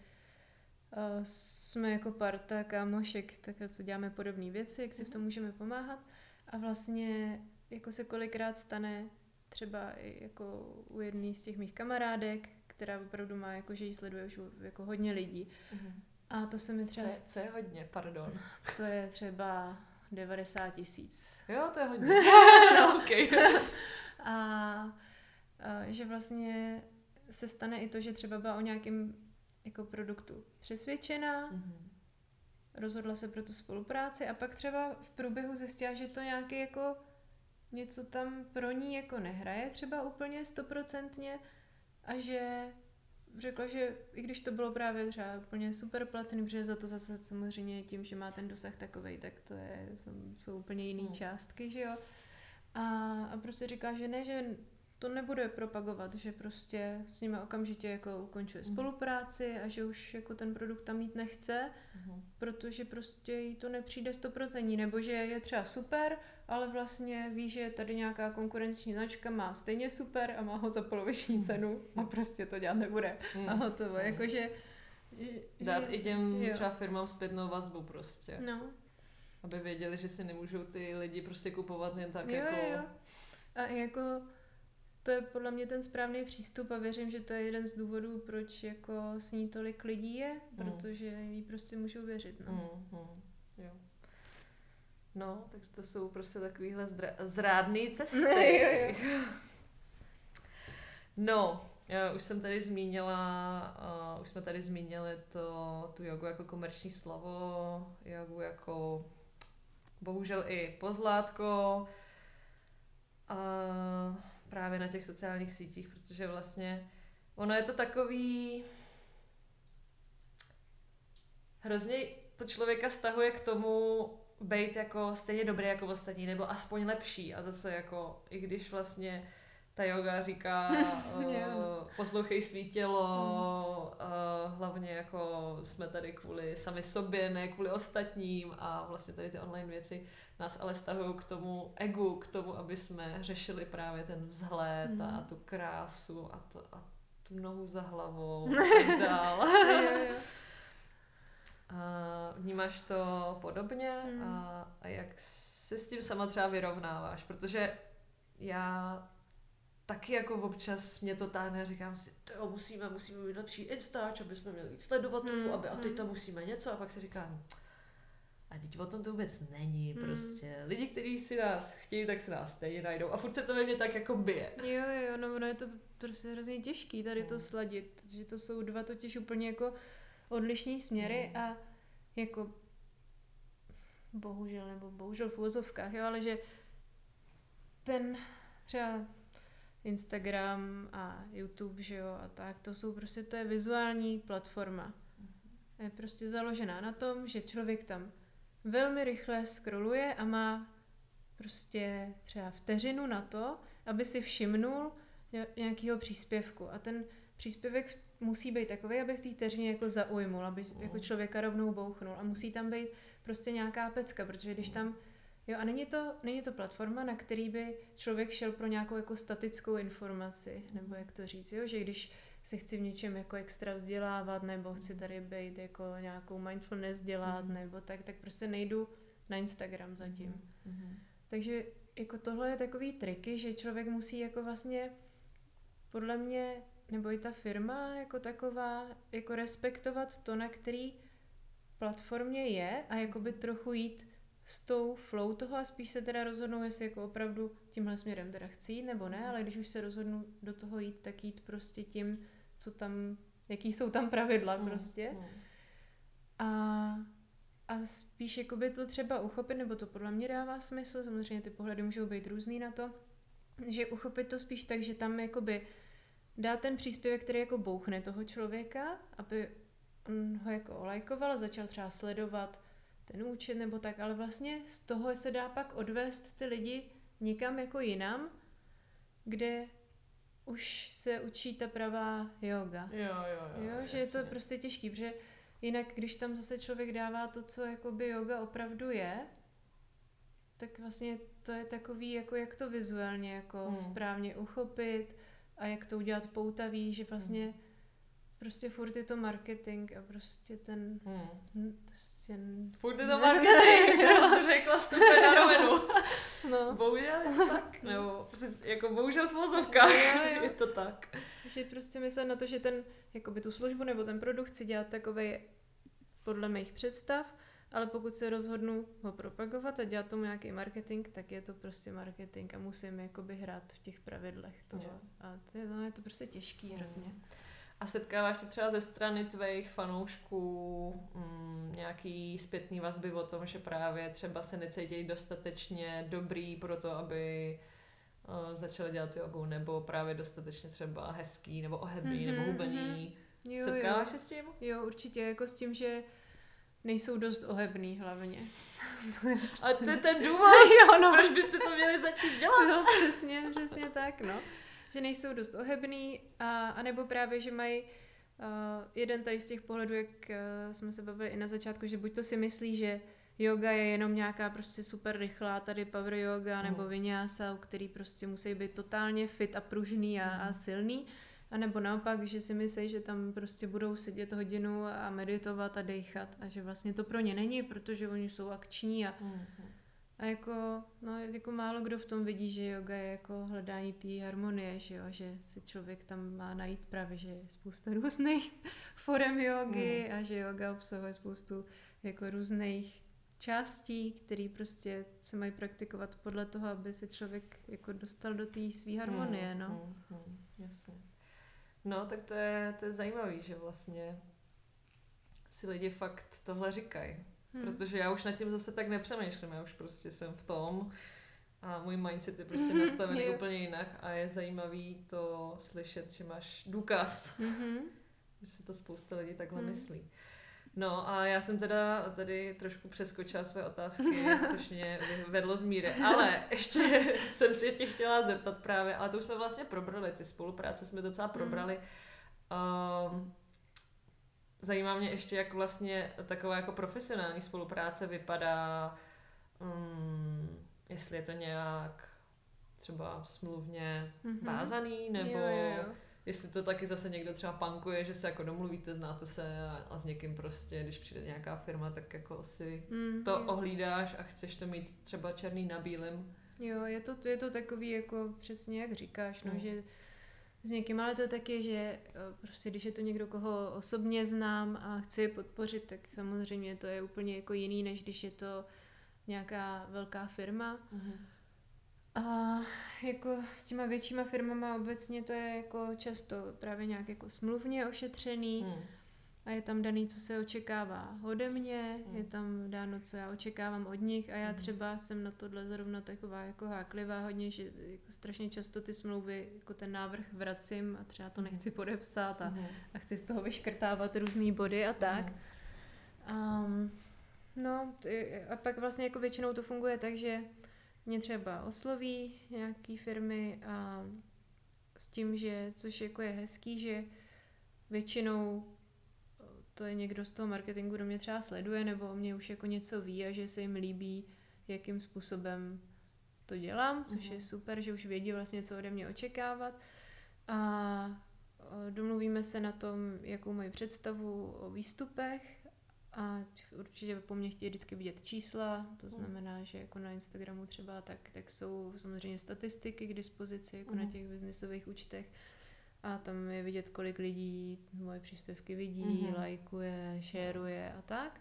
jsme jako parta kámošek, takhle co děláme podobné věci, jak si v tom můžeme pomáhat, a vlastně jako se kolikrát stane třeba i jako u jedné z těch mých kamarádek, která opravdu má, jako, že ji sleduje už jako hodně lidí. A to se mi třeba...
Co je hodně, pardon?
To je třeba 90 000.
Jo, to je hodně. No, okay.
a že vlastně se stane i to, že třeba byla o nějakém jako produktu přesvědčená, rozhodla se pro tu spolupráci a pak třeba v průběhu zjistila, že to nějaký jako něco tam pro ní jako nehraje třeba úplně 100%, a že řekla, že i když to bylo právě třeba úplně super placený, protože za to zase samozřejmě tím, že má ten dosah takovej, tak to jsou úplně jiný částky, že jo. A prostě říká, že ne, že to nebude propagovat, že prostě s nimi okamžitě jako ukončuje spolupráci a že už jako ten produkt tam mít nechce, protože prostě jí to nepřijde 100%, nebo že je třeba super, ale vlastně ví, že tady nějaká konkurenční značka má stejně super a má ho za poloviční cenu a prostě to dělat nebude. A hotovo, jakože...
Dát i těm třeba firmám zpětnou vazbu prostě.
No.
Aby věděli, že si nemůžou ty lidi prostě kupovat jen tak
Jo. A jako to je podle mě ten správný přístup a věřím, že to je jeden z důvodů, proč jako s ní tolik lidí je, protože jí prostě můžou věřit.
Jo. No, takže to jsou prostě takovýhle zrádný cesty.
Jo.
No, už jsme tady zmínili tu jogu jako komerční slovo, jogu jako bohužel i pozlátko a právě na těch sociálních sítích, protože vlastně ono je to takový hrozně to člověka stahuje k tomu být jako stejně dobrý jako ostatní, nebo aspoň lepší, a zase jako i když vlastně ta yoga říká poslouchej svý tělo, hlavně jako jsme tady kvůli sami sobě, ne kvůli ostatním, a vlastně tady ty online věci nás ale stahují k tomu egu, k tomu, aby jsme řešili právě ten vzhled a tu krásu a tu nohu za hlavou a tak dál. Vnímáš to podobně a jak se s tím sama třeba vyrovnáváš, protože já taky jako občas mě to táhne a říkám si, musíme mít lepší Instač, aby jsme měli víc sledovatelů, a teď tam musíme něco, a pak si říkám, a teď o tom to vůbec není, prostě. Lidi, kteří si nás chtějí, tak se nás stejně najdou, a furt se to ve mně tak jako bije.
Jo, no ono je to prostě hrozně těžký tady to sladit, že to jsou dva totiž úplně jako odlišný směry a jako bohužel v uvozovkách, jo, ale že ten třeba Instagram a YouTube, že jo, a tak, to je vizuální platforma. Je prostě založená na tom, že člověk tam velmi rychle scrolluje a má prostě třeba vteřinu na to, aby si všimnul, nějakého příspěvku a ten příspěvek musí být takový, aby v té vteřině jako zaujmul, aby jako člověka rovnou bouchnul a musí tam být prostě nějaká pecka, protože když tam, jo, a není to platforma, na který by člověk šel pro nějakou jako statickou informaci, nebo jak to říct, jo, že když se chci v něčem jako extra vzdělávat, nebo chci tady být jako nějakou mindfulness dělat, nebo tak prostě nejdu na Instagram zatím. Takže jako tohle je takový triky, že člověk musí jako vlastně podle mě, nebo i ta firma jako taková, jako respektovat to, na který platformě je a jakoby trochu jít s tou flow toho a spíš se teda rozhodnou, jestli jako opravdu tímhle směrem teda chci jít nebo ne, ale když už se rozhodnu do toho jít, tak jít prostě tím, co tam, jaký jsou tam pravidla prostě. A spíš jakoby to třeba uchopit, nebo to podle mě dává smysl, samozřejmě ty pohledy můžou být různý na to, že uchopit to spíš tak, že tam jakoby dá ten příspěvek, který jako bouchne toho člověka, aby on ho jako olajkoval a začal třeba sledovat ten účet nebo tak, ale vlastně z toho se dá pak odvést ty lidi někam jako jinam, kde už se učí ta pravá yoga. Jo, že je to prostě těžký, protože jinak, když tam zase člověk dává to, co jakoby yoga opravdu je, tak vlastně to je takový, jako jak to vizuálně jako správně uchopit a jak to udělat poutavý, že vlastně prostě furt je to marketing a prostě ten...
Furt je to marketing, to jsi řekla stupně na rovinu.
No.
Bohužel je to tak, nebo prostě jako bohužel v vozovkách, je to tak.
Že prostě myslet na to, že ten, jakoby tu službu nebo ten produkt chci dělat takovej podle mých představ, ale pokud se rozhodnu ho propagovat a dělat tomu nějaký marketing, tak je to prostě marketing a musím jakoby hrát v těch pravidlech toho. A je to prostě těžký hrozně.
A setkáváš se třeba ze strany tvých fanoušků nějaký zpětný vazby o tom, že právě třeba se necítí dostatečně dobrý pro to, aby začali dělat jogu, nebo právě dostatečně třeba hezký, nebo oheblý, nebo hubený. Setkáváš se s tím?
Jo, určitě, jako s tím, že nejsou dost ohebný hlavně.
A to je ten důvod, proč byste to měli začít dělat?
No, přesně tak, no. Že nejsou dost ohebný, anebo právě, že mají jeden tady z těch pohledů, jak jsme se bavili i na začátku, že buď to si myslí, že yoga je jenom nějaká prostě super rychlá tady power yoga nebo vinyasa, u který prostě musí být totálně fit a pružný a silný, anebo naopak, že si myslí, že tam prostě budou sedět hodinu a meditovat a dejchat a že vlastně to pro ně není, protože oni jsou akční a jako málo kdo v tom vidí, že yoga je jako hledání té harmonie, že si člověk tam má najít právě, že je spousta různých forem jogy a že yoga obsahuje spoustu jako různých částí, které prostě se mají praktikovat podle toho, aby se člověk jako dostal do té své harmonie, no.
Jasně. No, tak to je zajímavý, že vlastně si lidi fakt tohle říkají. Protože já už nad tím zase tak nepřemýšlím, já už prostě jsem v tom a můj mindset je prostě nastavený úplně jinak a je zajímavý to slyšet, že máš důkaz, že si to spousta lidí takhle myslí. No a já jsem teda tady trošku přeskočila své otázky, což mě vedlo z míry, ale ještě jsem si tě chtěla zeptat právě, ale to už jsme vlastně probrali, ty spolupráce jsme docela probrali. Zajímá mě ještě, jak vlastně taková jako profesionální spolupráce vypadá, jestli je to nějak třeba smluvně vázaný, nebo jestli to taky zase někdo třeba punkuje, že se jako domluvíte, znáte se a s někým prostě, když přijde nějaká firma, tak jako si to ohlídáš a chceš to mít třeba černý na bílém.
Jo, je to takový jako přesně jak říkáš, no, že s někým, ale to taky, že prostě když je to někdo, koho osobně znám a chci je podpořit, tak samozřejmě to je úplně jako jiný, než když je to nějaká velká firma. A jako s těma většíma firmama obecně to je jako často právě nějak jako smluvně ošetřený a je tam daný, co se očekává ode mě, je tam dáno, co já očekávám od nich a já třeba jsem na tohle zrovna taková jako háklivá hodně, že jako strašně často ty smlouvy, jako ten návrh vracím a třeba to nechci podepsat a chci z toho vyškrtávat různý body a tak. No a pak vlastně jako většinou to funguje tak, že mě třeba osloví nějaký firmy s tím, že, což jako je hezký, že většinou to je někdo z toho marketingu, kdo mě třeba sleduje, nebo o mě už jako něco ví a že se jim líbí, jakým způsobem to dělám, což je super, že už vědí vlastně, co ode mě očekávat. A domluvíme se na tom, jakou mají představu o výstupech a určitě po mně chtějí vždycky vidět čísla, to znamená, že jako na Instagramu třeba tak jsou samozřejmě statistiky k dispozici jako na těch biznisových účtech a tam je vidět, kolik lidí moje příspěvky vidí, lajkuje, šeruje a tak.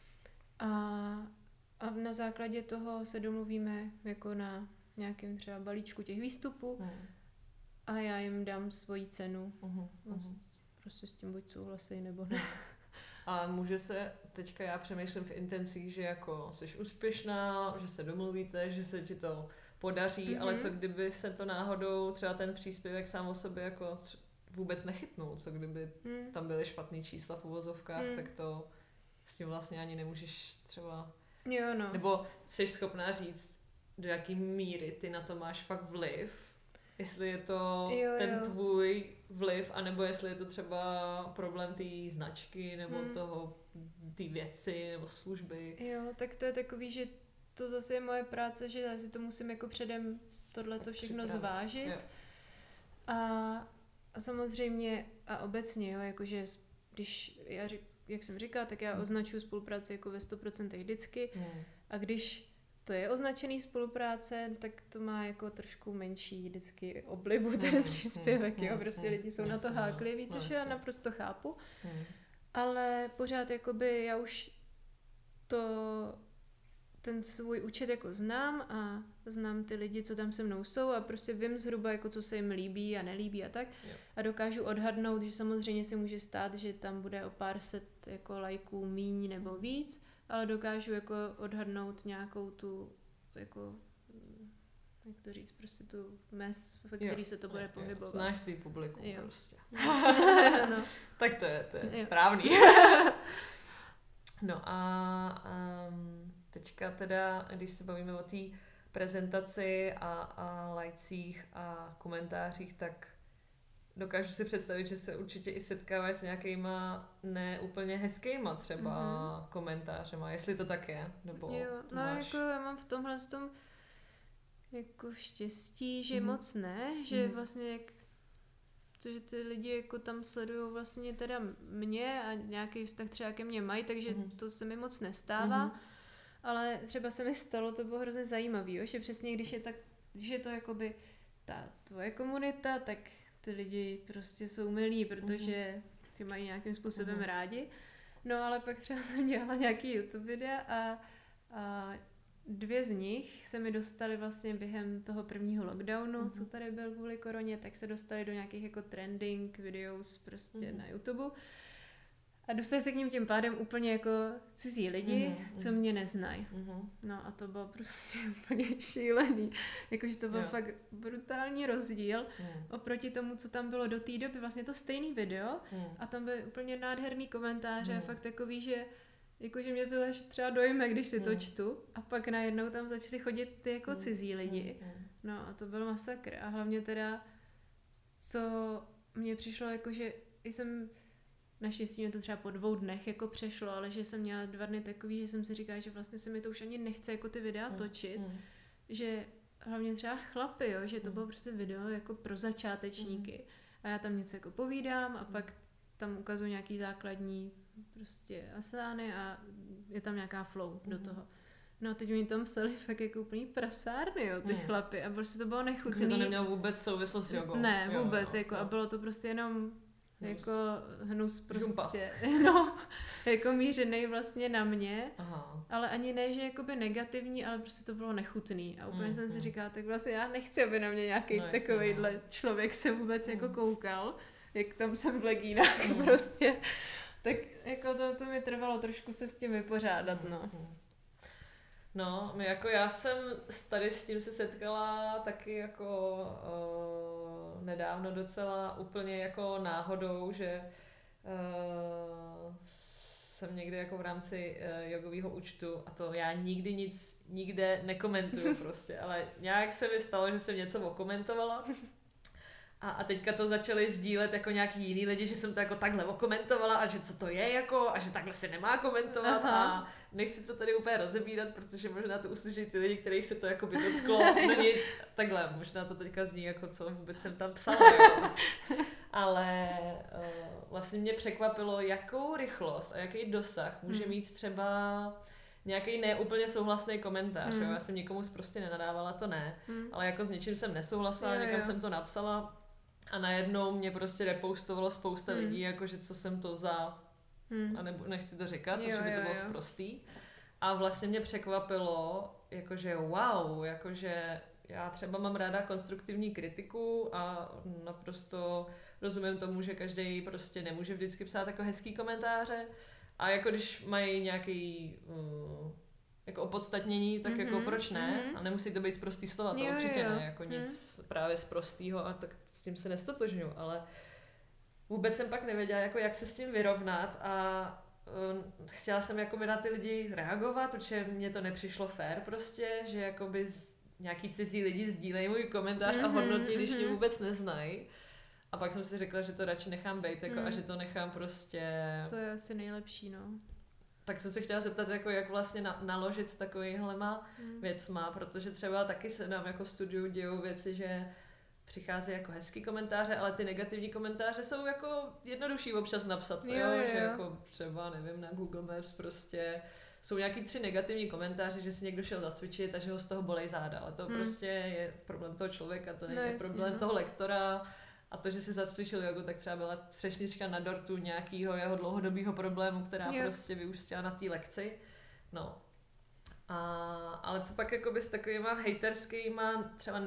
A na základě toho se domluvíme jako na nějakém třeba balíčku těch výstupů a já jim dám svoji cenu. Prostě s tím buď souhlasí, nebo ne.
A může se, teďka já přemýšlím v intencích, že jako jsi úspěšná, že se domluvíte, že se ti to podaří, ale co kdyby se to náhodou třeba ten příspěvek sám o sobě jako vůbec nechytnul, co kdyby tam byly špatný čísla v uvozovkách, tak to s tím vlastně ani nemůžeš třeba...
Jo, no.
Nebo jsi schopná říct, do jaký míry ty na to máš fakt vliv, jestli je to ten tvůj vliv, anebo jestli je to třeba problém té značky, nebo toho, té věci, nebo služby.
Jo, tak to je takový, že to zase je moje práce, že já si to musím jako předem tohleto všechno zvážit. Jo. A samozřejmě a obecně, jo, jakože když jak jsem říkala, tak já označuji spolupráci jako ve 100% vždycky a když to je označený spolupráce, tak to má jako trošku menší vždycky oblibu ten příspěvek, jo, prostě lidi jsou na to hákliví, což já naprosto chápu, ale pořád jakoby já už ten svůj účet jako znám a znám ty lidi, co tam se mnou jsou a prostě vím zhruba, jako co se jim líbí a nelíbí a tak. A dokážu odhadnout, že samozřejmě se může stát, že tam bude o pár set jako lajků míň nebo víc, ale dokážu jako odhadnout nějakou tu, jako, jak to říct, prostě tu mez, ve který se to bude pohybovat.
Znáš svý publikum prostě.
No.
Tak to je správný. No a teďka teda, když se bavíme o té prezentaci a lajcích a komentářích, tak dokážu si představit, že se určitě i setkáváš s nějakýma neúplně hezkýma třeba komentářema, jestli to tak je, nebo
jo, no máš... jako já mám v tomhle tom jako štěstí, že moc ne, že vlastně jak to, že ty lidi jako tam sledují vlastně teda mě a nějaký vztah třeba ke mně mají, takže to se mi moc nestává, ale třeba se mi stalo, to bylo hrozně zajímavé, že přesně když je to jakoby ta tvoje komunita, tak ty lidi prostě jsou milí, protože ty mají nějakým způsobem rádi. No ale pak třeba jsem dělala nějaký YouTube videa a 2 z nich se mi dostaly vlastně během toho prvního lockdownu, co tady byl kvůli koroně, tak se dostali do nějakých jako trending videos prostě na YouTube. A dostali se k ním tím pádem úplně jako cizí lidi, co mě neznají. No a to bylo prostě úplně šílený. Jakože to byl fakt brutální rozdíl oproti tomu, co tam bylo do té doby. Vlastně to stejný video a tam byly úplně nádherný komentáře, fakt takový, že jakože mě to až třeba dojme, když si to čtu. A pak najednou tam začali chodit ty jako cizí lidi. No a to byl masakr. A hlavně teda, co mně přišlo, jakože jsem... Naštěstí mě to třeba po 2 dnech jako přešlo, ale že jsem měla 2 dny takový, že jsem si říkala, že vlastně se mi to už ani nechce jako ty videa točit, že hlavně třeba chlapy, jo, že to bylo prostě video jako pro začátečníky a já tam něco jako povídám a pak tam ukazuju nějaký základní prostě asány a je tam nějaká flow do toho. No a teď oni tam psali fakt jako úplný prasárny, jo, ty chlapy a prostě to bylo nechutný.
To nemělo vůbec souvislost s jogou.
Ne, vůbec, jako a bylo to prostě jenom jako hnus prostě, no, jako mířenej vlastně na mě, ale ani ne, že jakoby negativní, ale prostě to bylo nechutný a úplně jsem si říkala, tak vlastně já nechci, aby na mě nějaký takovejhle člověk se vůbec jako koukal, jak tam jsem v legínách prostě, tak jako to mi trvalo trošku se s tím vypořádat, no.
No, jako já jsem tady s tím se setkala taky jako nedávno docela úplně jako náhodou, že jsem někde jako v rámci jogového účtu a to já nikdy nic nikde nekomentuju prostě, ale nějak se mi stalo, že jsem něco okomentovala A teďka to začali sdílet jako nějaký jiný lidi, že jsem to jako takhle okomentovala a že co to je jako a že takhle se nemá komentovat. Aha. A nechci to tady úplně rozebírat, protože možná to uslyší ty lidi, kterých se to jako by dotklo. No nic, takhle, možná to teďka zní jako co vůbec jsem tam psala. Jo. Ale vlastně mě překvapilo, jakou rychlost a jaký dosah může mít třeba nějaký neúplně souhlasný komentář. Jo. Já jsem nikomu prostě nenadávala, to ne, ale jako s něčím jsem nesouhlasila, někam jsem to napsala a najednou mě prostě repostovalo spousta lidí, jakože co jsem to za... A nechci to říkat, protože by to bylo sprostý. A vlastně mě překvapilo, jakože wow, jakože já třeba mám ráda konstruktivní kritiku a naprosto rozumím tomu, že každý prostě nemůže vždycky psát jako hezký komentáře. A jako když mají nějaký jako opodstatnění, tak jako proč ne? A nemusí to být sprostý slova, to určitě ne, jako nic právě sprostýho a tak s tím se nestotožňuji, ale vůbec jsem pak nevěděla, jako jak se s tím vyrovnat a chtěla jsem jako na ty lidi reagovat, protože mně to nepřišlo fér prostě, že jakoby nějaký cizí lidi sdílejí můj komentář a hodnotí, když mě vůbec neznají. A pak jsem si řekla, že to radši nechám bejt jako, a že to nechám prostě...
To je asi nejlepší, no.
Tak jsem se chtěla zeptat, jako, jak vlastně naložit s takovýhlema věcma, protože třeba taky se nám jako studiu dějou věci, že přichází jako hezký komentáře, ale ty negativní komentáře jsou jako jednodušší občas napsat, jo. Že jako třeba, nevím, na Google Maps prostě jsou nějaký 3 negativní komentáře, že si někdo šel zacvičit a že ho z toho bolej záda, ale to prostě je problém toho člověka, to není problém toho lektora. A to, že si zacvičil jogu, tak třeba byla třešnička na dortu nějakého jeho dlouhodobého problému, která prostě vyústila na té lekci. No. Ale co pak jakoby s takovýma hejterskýma, třeba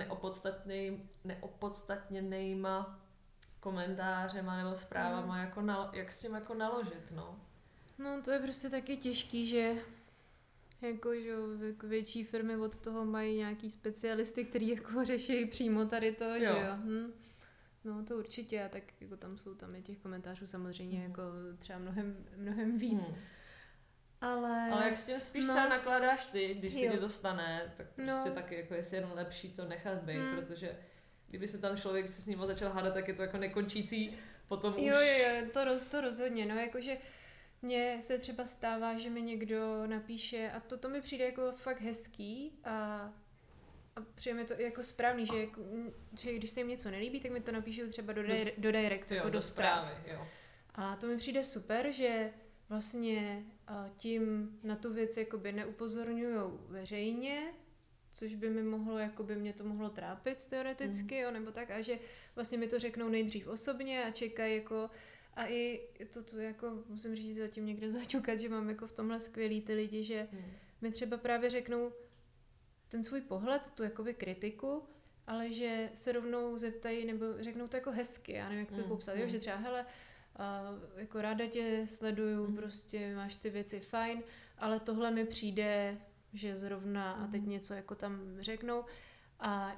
neopodstatněnýma komentářema nebo zprávama, jako jak s tím jako naložit, no?
No to je prostě taky těžký, že jako, že větší firmy od toho mají nějaký specialisty, který jako řeší přímo tady to, že jo. No to určitě, a tak jako tam je těch komentářů samozřejmě jako třeba mnohem víc. Ale
jak s tím spíš třeba nakládáš ty, když se ti to stane, tak prostě taky jako jestli jen lepší to nechat být, protože kdyby se tam člověk se s ním začal hádat, tak je to jako nekončící, potom už...
To rozhodně, no jakože mně se třeba stává, že mi někdo napíše a to mi přijde jako fakt hezký a přijde mi to jako správný, že když se jim něco nelíbí, tak mi to napíšou třeba do directu, jako do zprávy. A to mi přijde super, že vlastně tím na tu věc jakoby neupozorňujou veřejně, což by mi mohlo, jakoby mě to mohlo trápit teoreticky, nebo tak, a že vlastně mi to řeknou nejdřív osobně a čekají jako, a i to jako musím říct zatím někde zaťukat, že mám jako v tomhle skvělý ty lidi, že mi třeba právě řeknou ten svůj pohled, tu jakoby kritiku, ale že se rovnou zeptají nebo řeknou to jako hezky, já nevím, jak to popsat, jo, že třeba hele, jako ráda tě sleduju, prostě máš ty věci fajn, ale tohle mi přijde, že zrovna a teď něco jako tam řeknou a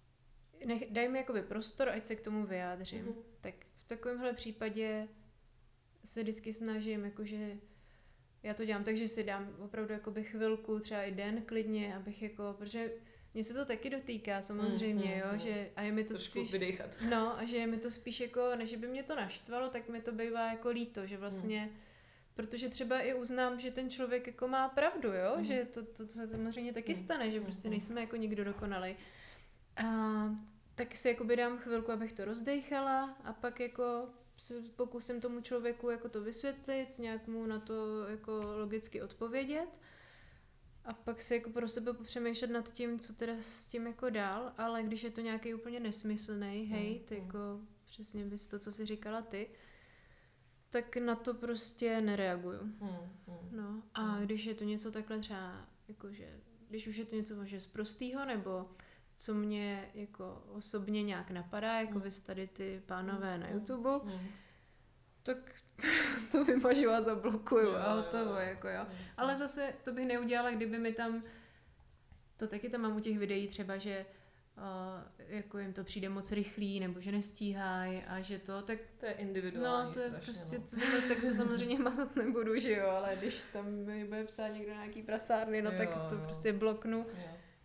daj mi jakoby prostor, ať se k tomu vyjádřím. Tak v takovémhle případě se vždycky snažím, jakože já to dělám tak, že si dám opravdu jakoby chvilku, třeba i den klidně, abych jako, protože mě se to taky dotýká samozřejmě, jo, že a je mi to
trošku
spíš
vydechat.
No, a že je mi to spíš jako, než by mě to naštvalo, tak mi to bývá jako líto, že vlastně protože třeba i uznám, že ten člověk jako má pravdu, jo, že to se samozřejmě taky stane, že prostě nejsme jako nikdo dokonalej. A tak si jakoby dám chvilku, abych to rozdejchala a pak jako se pokusím tomu člověku jako to vysvětlit, nějak mu na to jako logicky odpovědět a pak si jako pro sebe popřemýšlet nad tím, co teda s tím jako dál, ale když je to nějaký úplně nesmyslný hejt, jako přesně bys to, co jsi říkala ty, tak na to prostě nereaguju. No a když je to něco takhle třeba, jakože, když už je to něco že sprostýho, nebo co mě jako osobně nějak napadá, jako vy tady ty pánové na YouTube, tak to vymažu a zablokuju a hotovo, jako jo. Ale zase to bych neudělala, kdyby mi tam, to taky tam mám u těch videí třeba, že jako jim to přijde moc rychlý, nebo že nestíhají a že to, tak...
To je individuální.
No, to je prostě, tak to samozřejmě mazat nebudu, že jo, ale když tam mi bude psát někdo nějaký prasárny, no tak to prostě bloknu.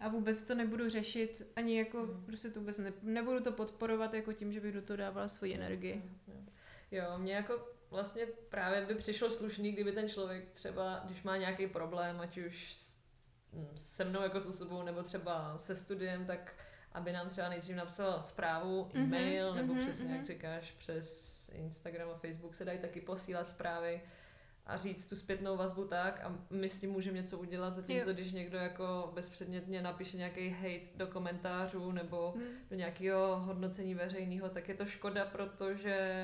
A vůbec to nebudu řešit, ani jako prostě to vůbec nebudu to podporovat jako tím, že bych do toho dávala svoji energii.
Jo, mě jako vlastně právě by přišlo slušný, kdyby ten člověk třeba, když má nějaký problém, ať už se mnou jako s osobou, nebo třeba se studiem, tak aby nám třeba nejdřív napsal zprávu, e-mail, nebo přesně jak říkáš, přes Instagram a Facebook se dají taky posílat zprávy a říct tu zpětnou vazbu tak a my s tím můžeme něco udělat, zatímco když někdo jako bezpředmětně napíše nějaký hate do komentářů nebo do nějakého hodnocení veřejného, tak je to škoda, protože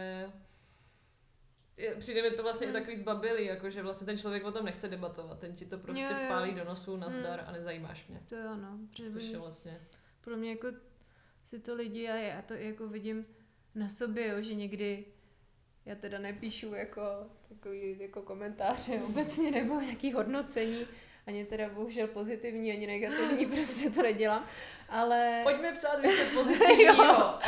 přijde mi to vlastně takový zbabilý, jakože vlastně ten člověk o tom nechce debatovat, ten ti to prostě vpálí do nosu, nazdar a nezajímáš mě.
To jo, no.
Což je vlastně...
Pro mě jako si to lidi a já to jako vidím na sobě, jo, že někdy já teda nepíšu jako takový jako komentáře obecně nebo nějaký hodnocení, ani teda bohužel pozitivní, ani negativní, prostě to nedělám, ale...
Pojďme psát více pozitivního.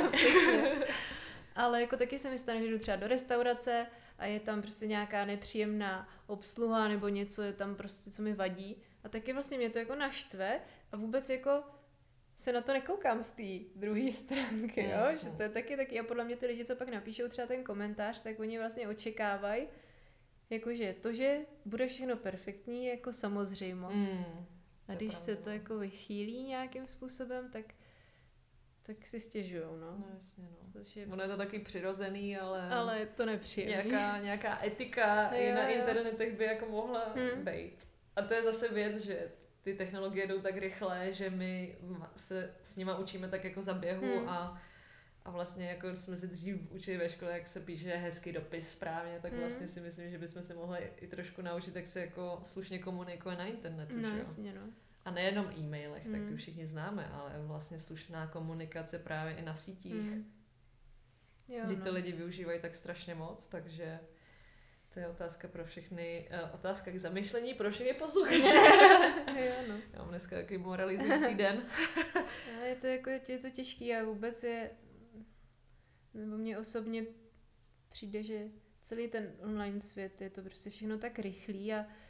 Ale jako taky se mi stane, že jdu třeba do restaurace a je tam prostě nějaká nepříjemná obsluha nebo něco je tam prostě, co mi vadí a taky vlastně mě to jako naštve a vůbec jako se na to nekoukám z té druhé stránky, jo? Že to je taky a podle mě ty lidi, co pak napíšou třeba ten komentář, tak oni vlastně očekávají, jakože to, že bude všechno perfektní, je jako samozřejmost. A když se to jako vychýlí nějakým způsobem, tak si stěžujou, no.
No jasně, no. Ono je to taky přirozený,
ale je to nepříjemný.
Nějaká etika i na internetech by jako mohla být. A to je zase věc, že ty technologie jdou tak rychle, že my se s nima učíme tak jako za běhu a vlastně jako jsme si dřív učili ve škole, jak se píše hezký dopis správně, tak vlastně si myslím, že bychom se mohli i trošku naučit, jak se jako slušně komunikuje na internetu.
No
že jo?
jasně, no.
A nejenom e-mailech, tak ty všichni známe, ale vlastně slušná komunikace právě i na sítích. Kdy ty lidi využívají tak strašně moc, takže to je otázka pro všechny, otázka k zamyšlení pro všechny posluchače.
No.
Já mám dneska takový moralizující den.
Ale je to těžký a vůbec nebo mně osobně přijde, že celý ten online svět je to prostě všechno tak rychlý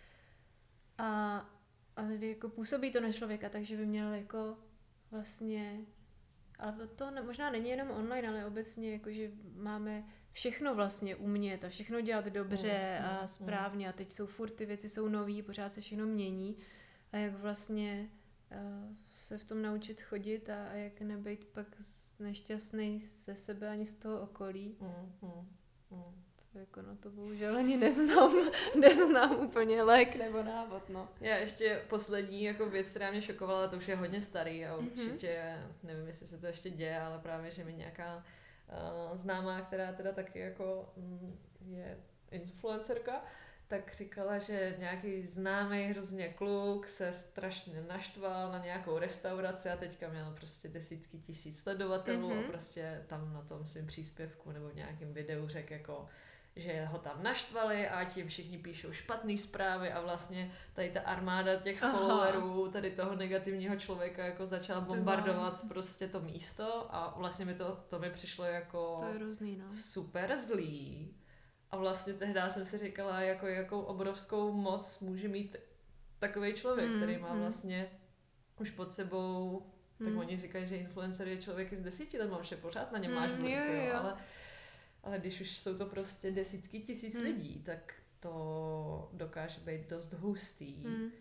a jako působí to na člověka, takže by měl jako vlastně, ale to možná není jenom online, ale obecně jakože máme všechno vlastně umět a všechno dělat dobře a správně a teď jsou furt ty věci jsou nový, pořád se všechno mění a jak vlastně se v tom naučit chodit a jak nebejt pak nešťastný ze sebe ani z toho okolí. To jako na to bohužel ani neznám úplně lék nebo návod, no.
Já ještě poslední jako věc, která mě šokovala, to už je hodně starý a určitě, nevím, jestli se to ještě děje, ale právě, že mi nějaká známá, která teda taky jako je influencerka, tak říkala, že nějaký známý hrozně kluk se strašně naštval na nějakou restauraci a teďka měl prostě desítky tisíc sledovatelů a prostě tam na tom svým příspěvku nebo v nějakém videu řekl jako, že ho tam naštvali a tím všichni píšou špatný zprávy a vlastně tady ta armáda těch followerů, tady toho negativního člověka jako začala bombardovat prostě to místo a vlastně to mi přišlo jako
to je různý, no.
Super zlý. A vlastně tehdy jsem si říkala, jako jakou obrovskou moc může mít takový člověk, který má vlastně už pod sebou, tak oni říkají, že influencer je člověk i z 10 let, mám vše pořád na něm máš vliv, ale když už jsou to prostě desítky tisíc lidí, tak to dokáže být dost hustý.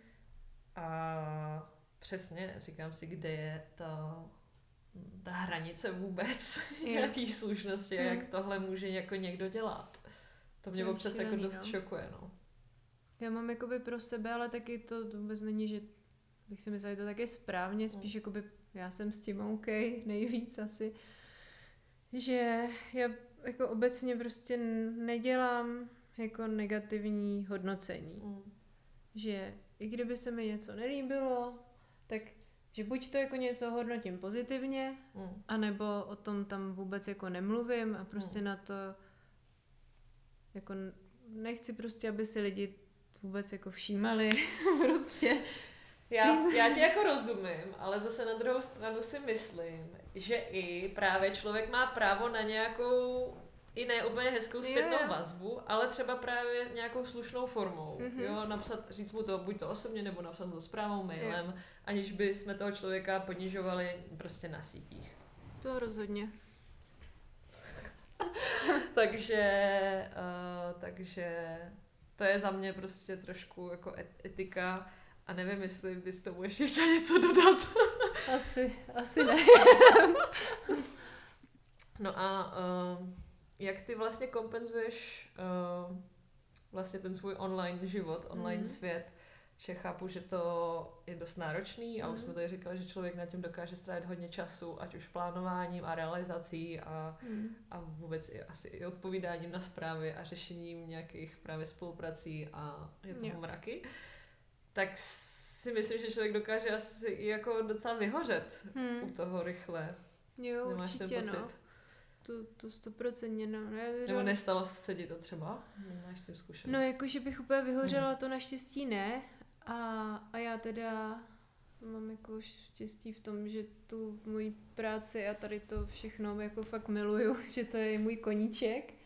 A přesně říkám si, kde je ta hranice vůbec nějaký slušnosti a jak tohle může jako někdo dělat. To mě občas jako dost šokuje, no.
Já mám jakoby pro sebe, ale taky to vůbec není, že bych si myslela, že to taky správně, spíš jakoby já jsem s tím OK, nejvíc asi, že já jako obecně prostě nedělám jako negativní hodnocení. Že i kdyby se mi něco nelíbilo, tak že buď to jako něco hodnotím pozitivně, anebo o tom tam vůbec jako nemluvím a prostě na to jako nechci prostě, aby si lidi vůbec jako všímali prostě.
Já ti jako rozumím, ale zase na druhou stranu si myslím, že i právě člověk má právo na nějakou i ne úplně hezkou zpětnou vazbu, ale třeba právě nějakou slušnou formou. Jo, napsat, říct mu to buď to osobně, nebo napsat mu to zprávou, mailem, aniž by jsme toho člověka ponižovali prostě na sítích.
To rozhodně.
takže to je za mě prostě trošku jako etika a nevím, jestli bys tomu ještě chtěla něco dodat.
Asi ne.
No a jak ty vlastně kompenzuješ vlastně ten svůj online život, online svět? Že chápu, že to je dost náročný a už jsme tady říkali, že člověk nad tím dokáže strávit hodně času, ať už plánováním a realizací a vůbec asi i odpovídáním na zprávy a řešením nějakých právě spoluprací a je toho mraky. Tak si myslím, že člověk dokáže asi i jako docela vyhořet u toho rychle.
Jo,
nemáš
určitě,
ten pocit?
no. To 100%, no.
Nebo nestalo se ti to třeba? Nemáš s tím zkušenost?
No, jakože bych úplně vyhořela, to naštěstí ne. A já teda mám jako štěstí v tom, že tu moji práci a tady to všechno jako fakt miluju, že to je můj koníček.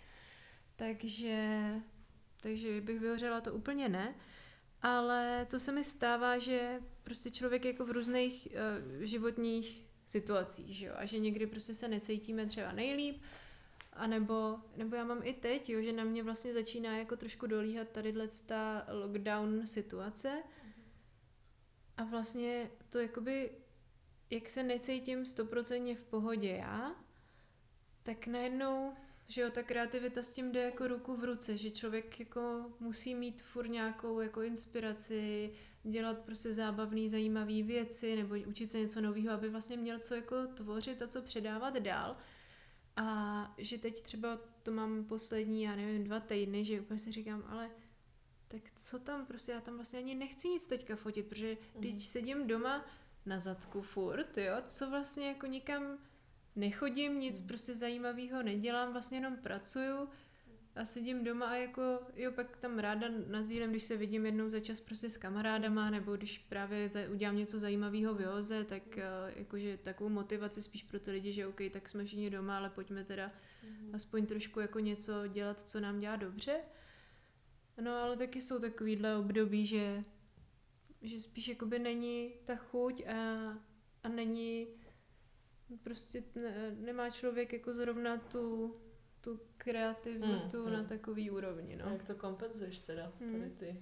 Takže bych vyhořela, to úplně ne. Ale co se mi stává, že prostě člověk jako v různých životních situacích, že jo, a že někdy prostě se necítíme třeba nejlíp, a nebo já mám i teď, jo, že na mě vlastně začíná jako trošku dolíhat tadyhle ta lockdown situace a vlastně to jakoby, jak se necítím 100% v pohodě já, tak najednou, že jo, ta kreativita s tím jde jako ruku v ruce, že člověk jako musí mít furt nějakou jako inspiraci, dělat prostě zábavný, zajímavý věci nebo učit se něco nového, aby vlastně měl co jako tvořit a co předávat dál. A že teď třeba to mám poslední, já nevím, 2 týdny, že úplně si říkám, ale tak co tam, prostě já tam vlastně ani nechci nic teďka fotit, protože když sedím doma na zadku furt, jo, co vlastně jako nikam nechodím, nic prostě zajímavého nedělám, vlastně jenom pracuju a sedím doma a jako, jo, pak tam ráda nazdílem, když se vidím jednou za čas prostě s kamarádama, nebo když právě udělám něco zajímavého v józe, tak jakože takovou motivaci spíš pro ty lidi, že OK, tak jsme všichni doma, ale pojďme teda aspoň trošku jako něco dělat, co nám dělá dobře. No, ale taky jsou takovýhle období, že spíš jakoby není ta chuť a není prostě nemá člověk jako zrovna tu kreativitu na takový úrovni, no.
A jak to kompenzuješ teda, tady ty?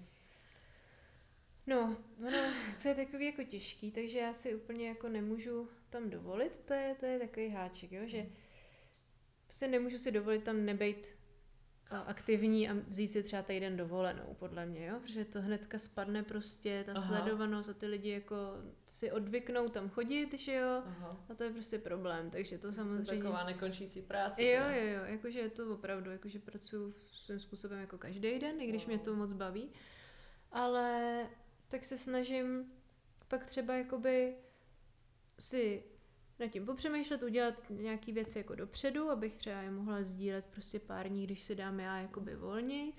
No, co je takový jako těžký, takže já si úplně jako nemůžu tam dovolit, to je takový háček, jo, že prostě nemůžu si dovolit tam nebejt aktivní a vzít si třeba týden dovolenou, podle mě, jo, protože to hnedka spadne prostě, ta sledovanost a ty lidi jako si odvyknou tam chodit, že jo, a to je prostě problém, takže to samozřejmě...
To je taková nekončící práce.
Jo, jakože je to opravdu, jakože pracuji svým způsobem jako každý den, i když mě to moc baví, ale tak se snažím pak třeba jakoby si nad tím popřemýšlet, udělat nějaký věci jako dopředu, abych třeba je mohla sdílet prostě pár dní, když si dám já jakoby volnějc.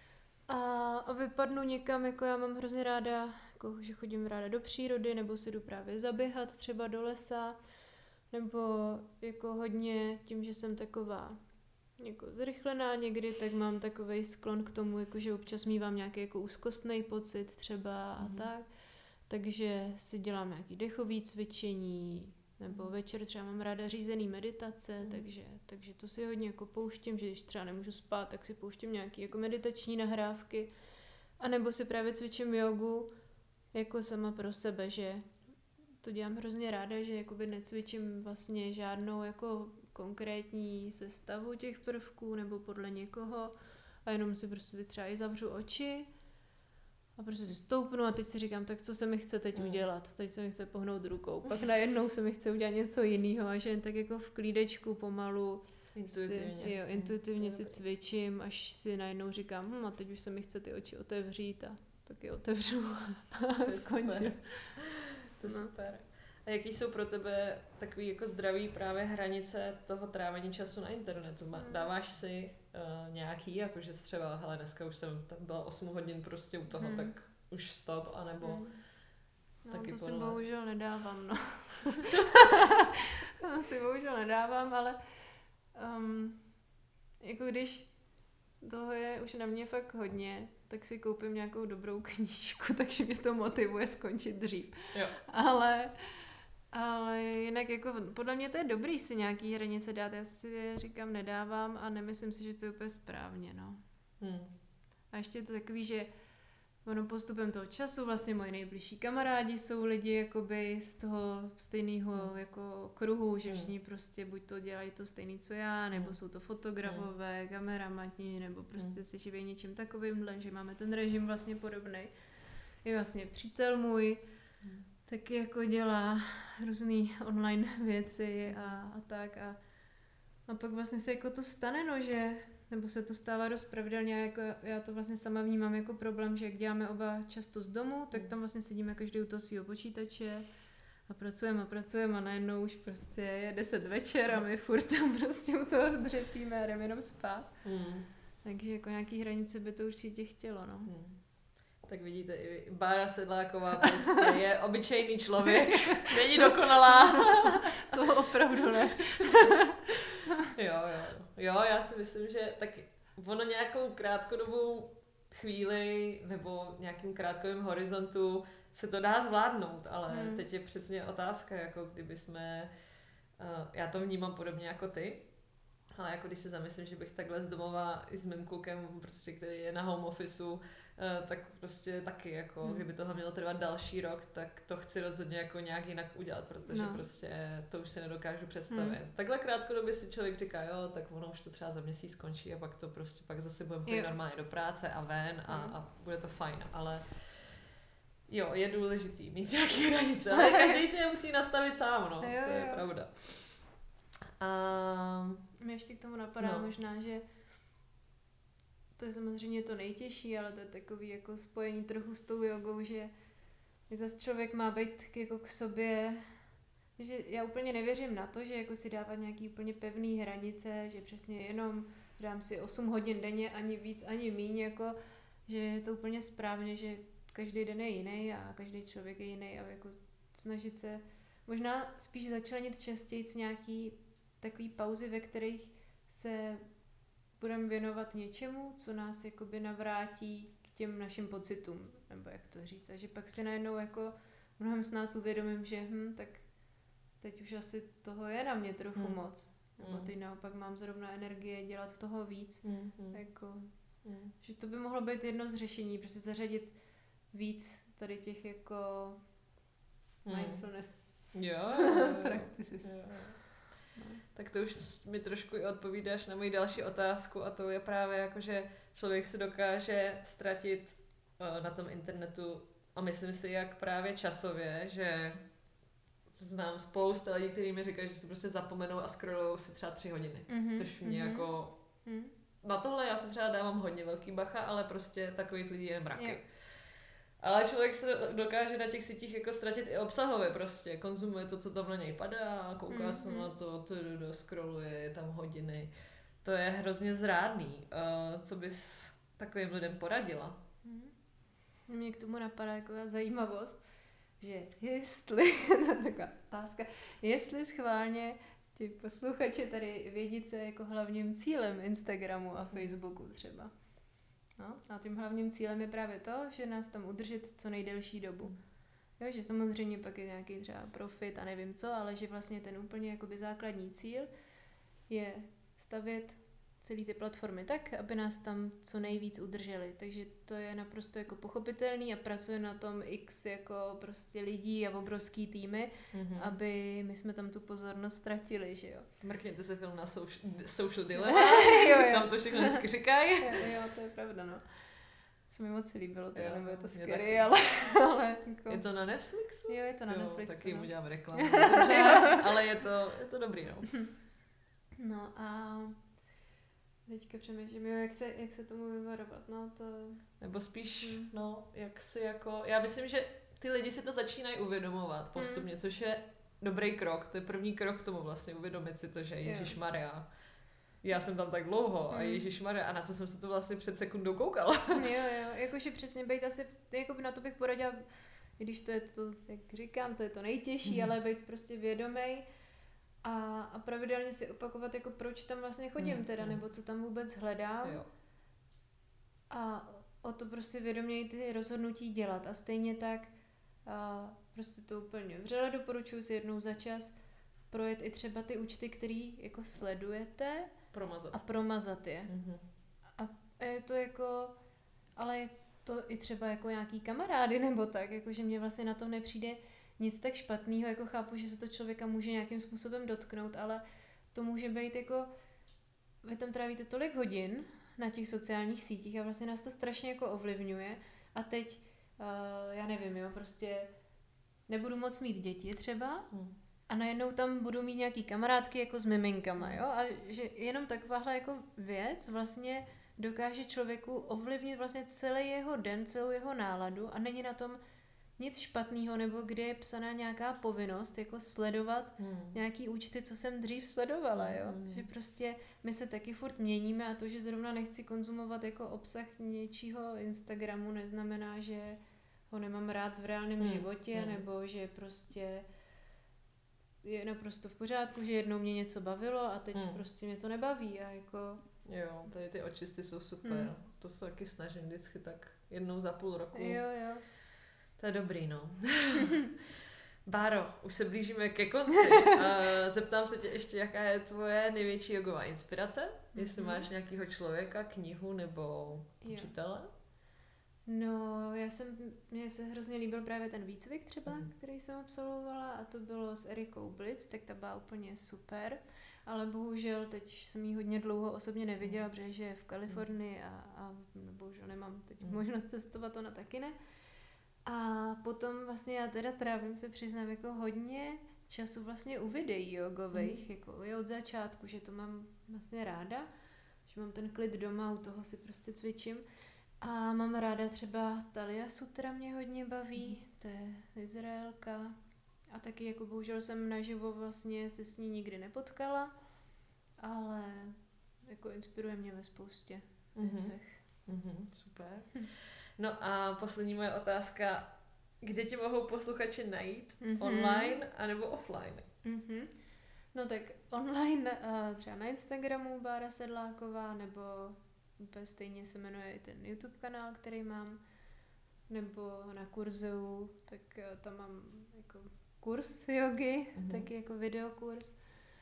A vypadnu někam, jako já mám hrozně ráda, jako, že chodím ráda do přírody, nebo si jdu právě zaběhat třeba do lesa, nebo jako hodně tím, že jsem taková jako zrychlená někdy, tak mám takovej sklon k tomu, jako, že občas mívám nějaký jako úzkostný pocit třeba a tak. Takže si dělám nějaký dechový cvičení, nebo večer třeba mám ráda řízený meditace, takže to si hodně jako pouštím, že když třeba nemůžu spát, tak si pouštím nějaký jako meditační nahrávky. A nebo si právě cvičím jogu jako sama pro sebe, že to dělám hrozně ráda, že jakoby necvičím vlastně žádnou jako konkrétní sestavu těch prvků nebo podle někoho a jenom si prostě třeba i zavřu oči a prostě si stoupnu a teď si říkám, tak co se mi chce teď udělat? Teď se mi chce pohnout rukou, pak najednou se mi chce udělat něco jiného a že jen tak jako v klídečku pomalu intuitivně si cvičím, až si najednou říkám, a teď už se mi chce ty oči otevřít a tak je otevřu a skončím.
To je super. A jaký jsou pro tebe takový jako zdravý právě hranice toho trávení času na internetu? Dáváš si nějaký, jakože třeba, hele, dneska už jsem tam byla 8 hodin prostě u toho, tak už stop, anebo taky
to
podle...
si bohužel nedávám, no. To si bohužel nedávám, ale jako když toho je už na mě fakt hodně, tak si koupím nějakou dobrou knížku, takže mě to motivuje skončit dřív.
Jo.
Ale jinak jako podle mě to je dobrý si nějaký hranice dát, já si je říkám nedávám a nemyslím si, že to je úplně správně, no. A ještě je to takový, že ono postupem toho času, vlastně moji nejbližší kamarádi jsou lidi jakoby z toho stejného jako kruhu, že všichni prostě buď to dělají to stejný, co já, nebo jsou to fotografové, kameramani, nebo prostě se živí něčím takovýmhle, že máme ten režim vlastně podobný. Je vlastně přítel můj, taky jako dělá různý online věci a tak a pak vlastně se jako to stane, no, že nebo se to stává dost pravidelně, jako já to vlastně sama vnímám jako problém, že jak děláme oba často z domu, tak tam vlastně sedíme každý u toho svého počítače a pracujeme a najednou už prostě je 10 večer a my furt tam prostě u toho dřepíme a jdeme jenom spát. Takže jako nějaký hranice by to určitě chtělo, no.
Tak vidíte, i Bára Sedláková prostě je obyčejný člověk, není dokonalá.
To opravdu ne.
Jo, já si myslím, že tak ono nějakou krátkodobou chvíli nebo nějakým krátkovým horizontu se to dá zvládnout, ale teď je přesně otázka, jako kdyby jsme, já to vnímám podobně jako ty, ale jako když si zamyslím, že bych takhle z domova i s mým klukem, prostě, který je na home officeu, tak prostě taky, jako kdyby tohle mělo trvat další rok, tak to chci rozhodně jako nějak jinak udělat, protože prostě to už si nedokážu představit. Takhle krátkodobě si člověk říká, jo, tak ono už to třeba za měsíc skončí a pak to prostě pak zase budeme chodit normálně do práce a ven a bude to fajn, ale jo, je důležitý mít nějaké hranice, ale každý si je musí nastavit sám, no, to je pravda.
Mě ještě k tomu napadá možná, že to je samozřejmě to nejtěžší, ale to je takový jako spojení trochu s tou jogou, že zase člověk má být jako k sobě, že já úplně nevěřím na to, že jako si dávat nějaký úplně pevný hranice, že přesně jenom dám si 8 hodin denně, ani víc, ani míň, jako, že je to úplně správně, že každý den je jiný a každý člověk je jiný a jako snažit se možná spíš začlenit častěji nějaký takový pauzy, ve kterých se budeme věnovat něčemu, co nás jakoby navrátí k těm našim pocitům, nebo jak to říct. A že pak si najednou jako mnohem z nás uvědomím, že tak teď už asi toho je na mě trochu moc. Nebo teď naopak mám zrovna energie dělat toho víc. Jako, že to by mohlo být jedno z řešení, prostě zařadit víc tady těch jako mindfulness practices.
Tak to už mi trošku i odpovídáš na moji další otázku a to je právě jako, že člověk se dokáže ztratit na tom internetu a myslím si, jak právě časově, že znám spousta lidí, kteří mi říkají, že si prostě zapomenou a scrollujou si třeba 3 hodiny, což mě jako... Na tohle já se třeba dávám hodně velký bacha, ale prostě takových lidí je mraky. Ale člověk se dokáže na těch sítích jako ztratit i obsahově prostě. Konzumuje to, co tam na něj padá, kouká se na to, scrolluje, je tam hodiny. To je hrozně zrádný. Co bys takovým lidem poradila?
Mě k tomu napadá jako zajímavost, že jestli, taková otázka, jestli schválně ti posluchači tady vědí, co je jako hlavním cílem Instagramu a Facebooku třeba. No, a tím hlavním cílem je právě to, že nás tam udržet co nejdelší dobu. Jo, že samozřejmě pak je nějaký třeba profit a nevím co, ale že vlastně ten úplně jakoby základní cíl je stavět celý ty platformy tak, aby nás tam co nejvíc udrželi. Takže to je naprosto jako pochopitelný a pracuje na tom x jako prostě lidí a obrovský týmy, aby my jsme tam tu pozornost ztratili, že jo.
Mrkněte se film na Social Dilemma, tam to všechno vždycky říkají.
Jo, to je pravda, no. Co mi moc líbilo, teda, nebo je to scary, ale jako...
Je to na Netflixu?
Jo, je to na Netflixu.
Taky mu dělám reklamu. Ale je to dobrý, no.
No a teďka přemýšlím, jak se tomu vyvarovat, no to...
Nebo spíš, jak si jako... Já myslím, že ty lidi si to začínají uvědomovat postupně, což je dobrý krok. To je první krok k tomu vlastně, uvědomit si to, že ježišmarja, já jsem tam tak dlouho a ježišmarja, a na co jsem se to vlastně před sekundou koukala.
Jo, jakože přesně být asi, jakoby na to bych poradila, i když to je to, jak říkám, to je to nejtěžší, ale být prostě vědomej a pravidelně si opakovat, jako proč tam vlastně chodím teda, nebo co tam vůbec hledám.
Jo.
A o to prostě vědoměji ty rozhodnutí dělat. A stejně tak prostě to úplně vřele doporučuji si jednou za čas projet i třeba ty účty, který jako sledujete a promazat je. A je to jako, ale je to i třeba jako nějaký kamarády nebo tak, jako že mě vlastně na tom nepřijde nic tak špatného, jako chápu, že se to člověka může nějakým způsobem dotknout, ale to může být jako, vy tam trávíte tolik hodin na těch sociálních sítích a vlastně nás to strašně jako ovlivňuje a teď, já nevím, jo, prostě nebudu moc mít děti třeba a najednou tam budu mít nějaký kamarádky jako s miminkama, jo, a že jenom takováhle jako věc vlastně dokáže člověku ovlivnit vlastně celý jeho den, celou jeho náladu a není na tom nic špatného, nebo kde je psaná nějaká povinnost, jako sledovat nějaký účty, co jsem dřív sledovala, jo? Že prostě my se taky furt měníme a to, že zrovna nechci konzumovat jako obsah něčího Instagramu, neznamená, že ho nemám rád v reálném životě, nebo že prostě je naprosto v pořádku, že jednou mě něco bavilo a teď prostě mě to nebaví a jako...
Jo, tady ty očisty jsou super. To se taky snažím vždycky tak jednou za půl roku.
Jo.
To je dobrý, no. Báro, už se blížíme ke konci. Zeptám se tě ještě, jaká je tvoje největší jogová inspirace? Jestli máš nějakého člověka, knihu nebo učitele?
No, mně se hrozně líbil právě ten výcvik třeba, který jsem absolvovala a to bylo s Erikou Blitz, tak ta byla úplně super. Ale bohužel teď jsem jí hodně dlouho osobně neviděla, protože je v Kalifornii a bohužel nemám teď možnost cestovat, ona taky ne. A potom vlastně já teda trávím, se přiznám, jako hodně času vlastně u videí jogových, jako je od začátku, že to mám vlastně ráda, že mám ten klid doma, u toho si prostě cvičím. A mám ráda třeba Talia Sutra mě hodně baví, to je Izraelka. A taky jako bohužel jsem naživo vlastně se s ní nikdy nepotkala, ale jako inspiruje mě ve spoustě věcech.
Super. No a poslední moje otázka, kde tě mohou posluchači najít? Online anebo offline?
No tak online třeba na Instagramu Bára Sedláková, nebo úplně stejně se jmenuje i ten YouTube kanál, který mám, nebo na Kurzeu, tak tam mám jako kurz jogy, taky jako videokurs.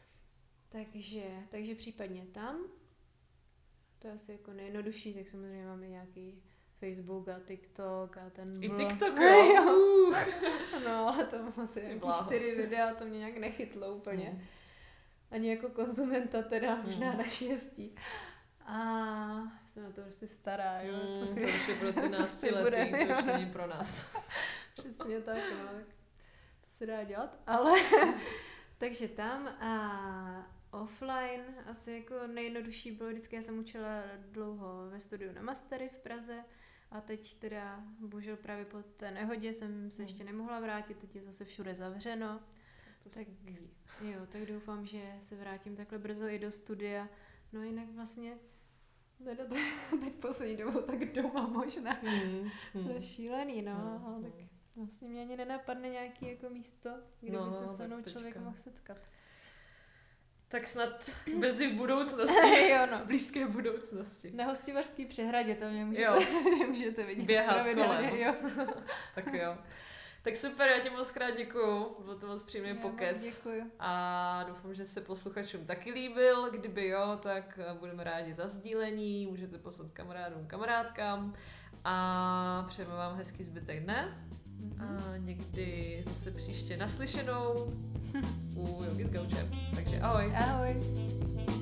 Takže případně tam. To je asi jako nejjednodušší, tak samozřejmě máme nějaký Facebook a TikTok a ten blog.
I TikTok, jo?
No, ale to mám asi nějaký 4 videa, to mě nějak nechytlo úplně. Ani jako konzumenta teda, možná naštěstí. A jsem na to prostě stará, jo.
Co si to už je pro ty náctiletý, to už není pro nás.
Přesně tak, no. Tak to se dá dělat, ale... Takže tam a offline asi jako nejjednodušší bylo vždycky, já jsem učila dlouho ve studiu na mastery v Praze a teď teda bohužel právě po té nehodě jsem se ještě nemohla vrátit, teď je zase všude zavřeno. Tak doufám, že se vrátím takhle brzo i do studia. No jinak vlastně teda teď poslední dobou tak doma možná. To je šílený, no. Ale tak vlastně mě ani nenapadne nějaký jako místo, kde by se se mnou člověk mohl setkat.
Tak snad brzy v budoucnosti.
Jo, no.
Blízké budoucnosti.
Na Hostivařské přehradě to mě můžete vidět.
Běhat kolem. Jo. Tak jo. Tak super, já ti moc krát děkuju, byl to moc příjemný pokec.
Děkuju.
A doufám, že se posluchačům taky líbil, kdyby jo, tak budeme rádi za sdílení, můžete poslat kamarádům, kamarádkám a přejeme vám hezký zbytek dne a někdy zase příště naslyšenou u Jogy s Gaučem. Takže ahoj.
Ahoj.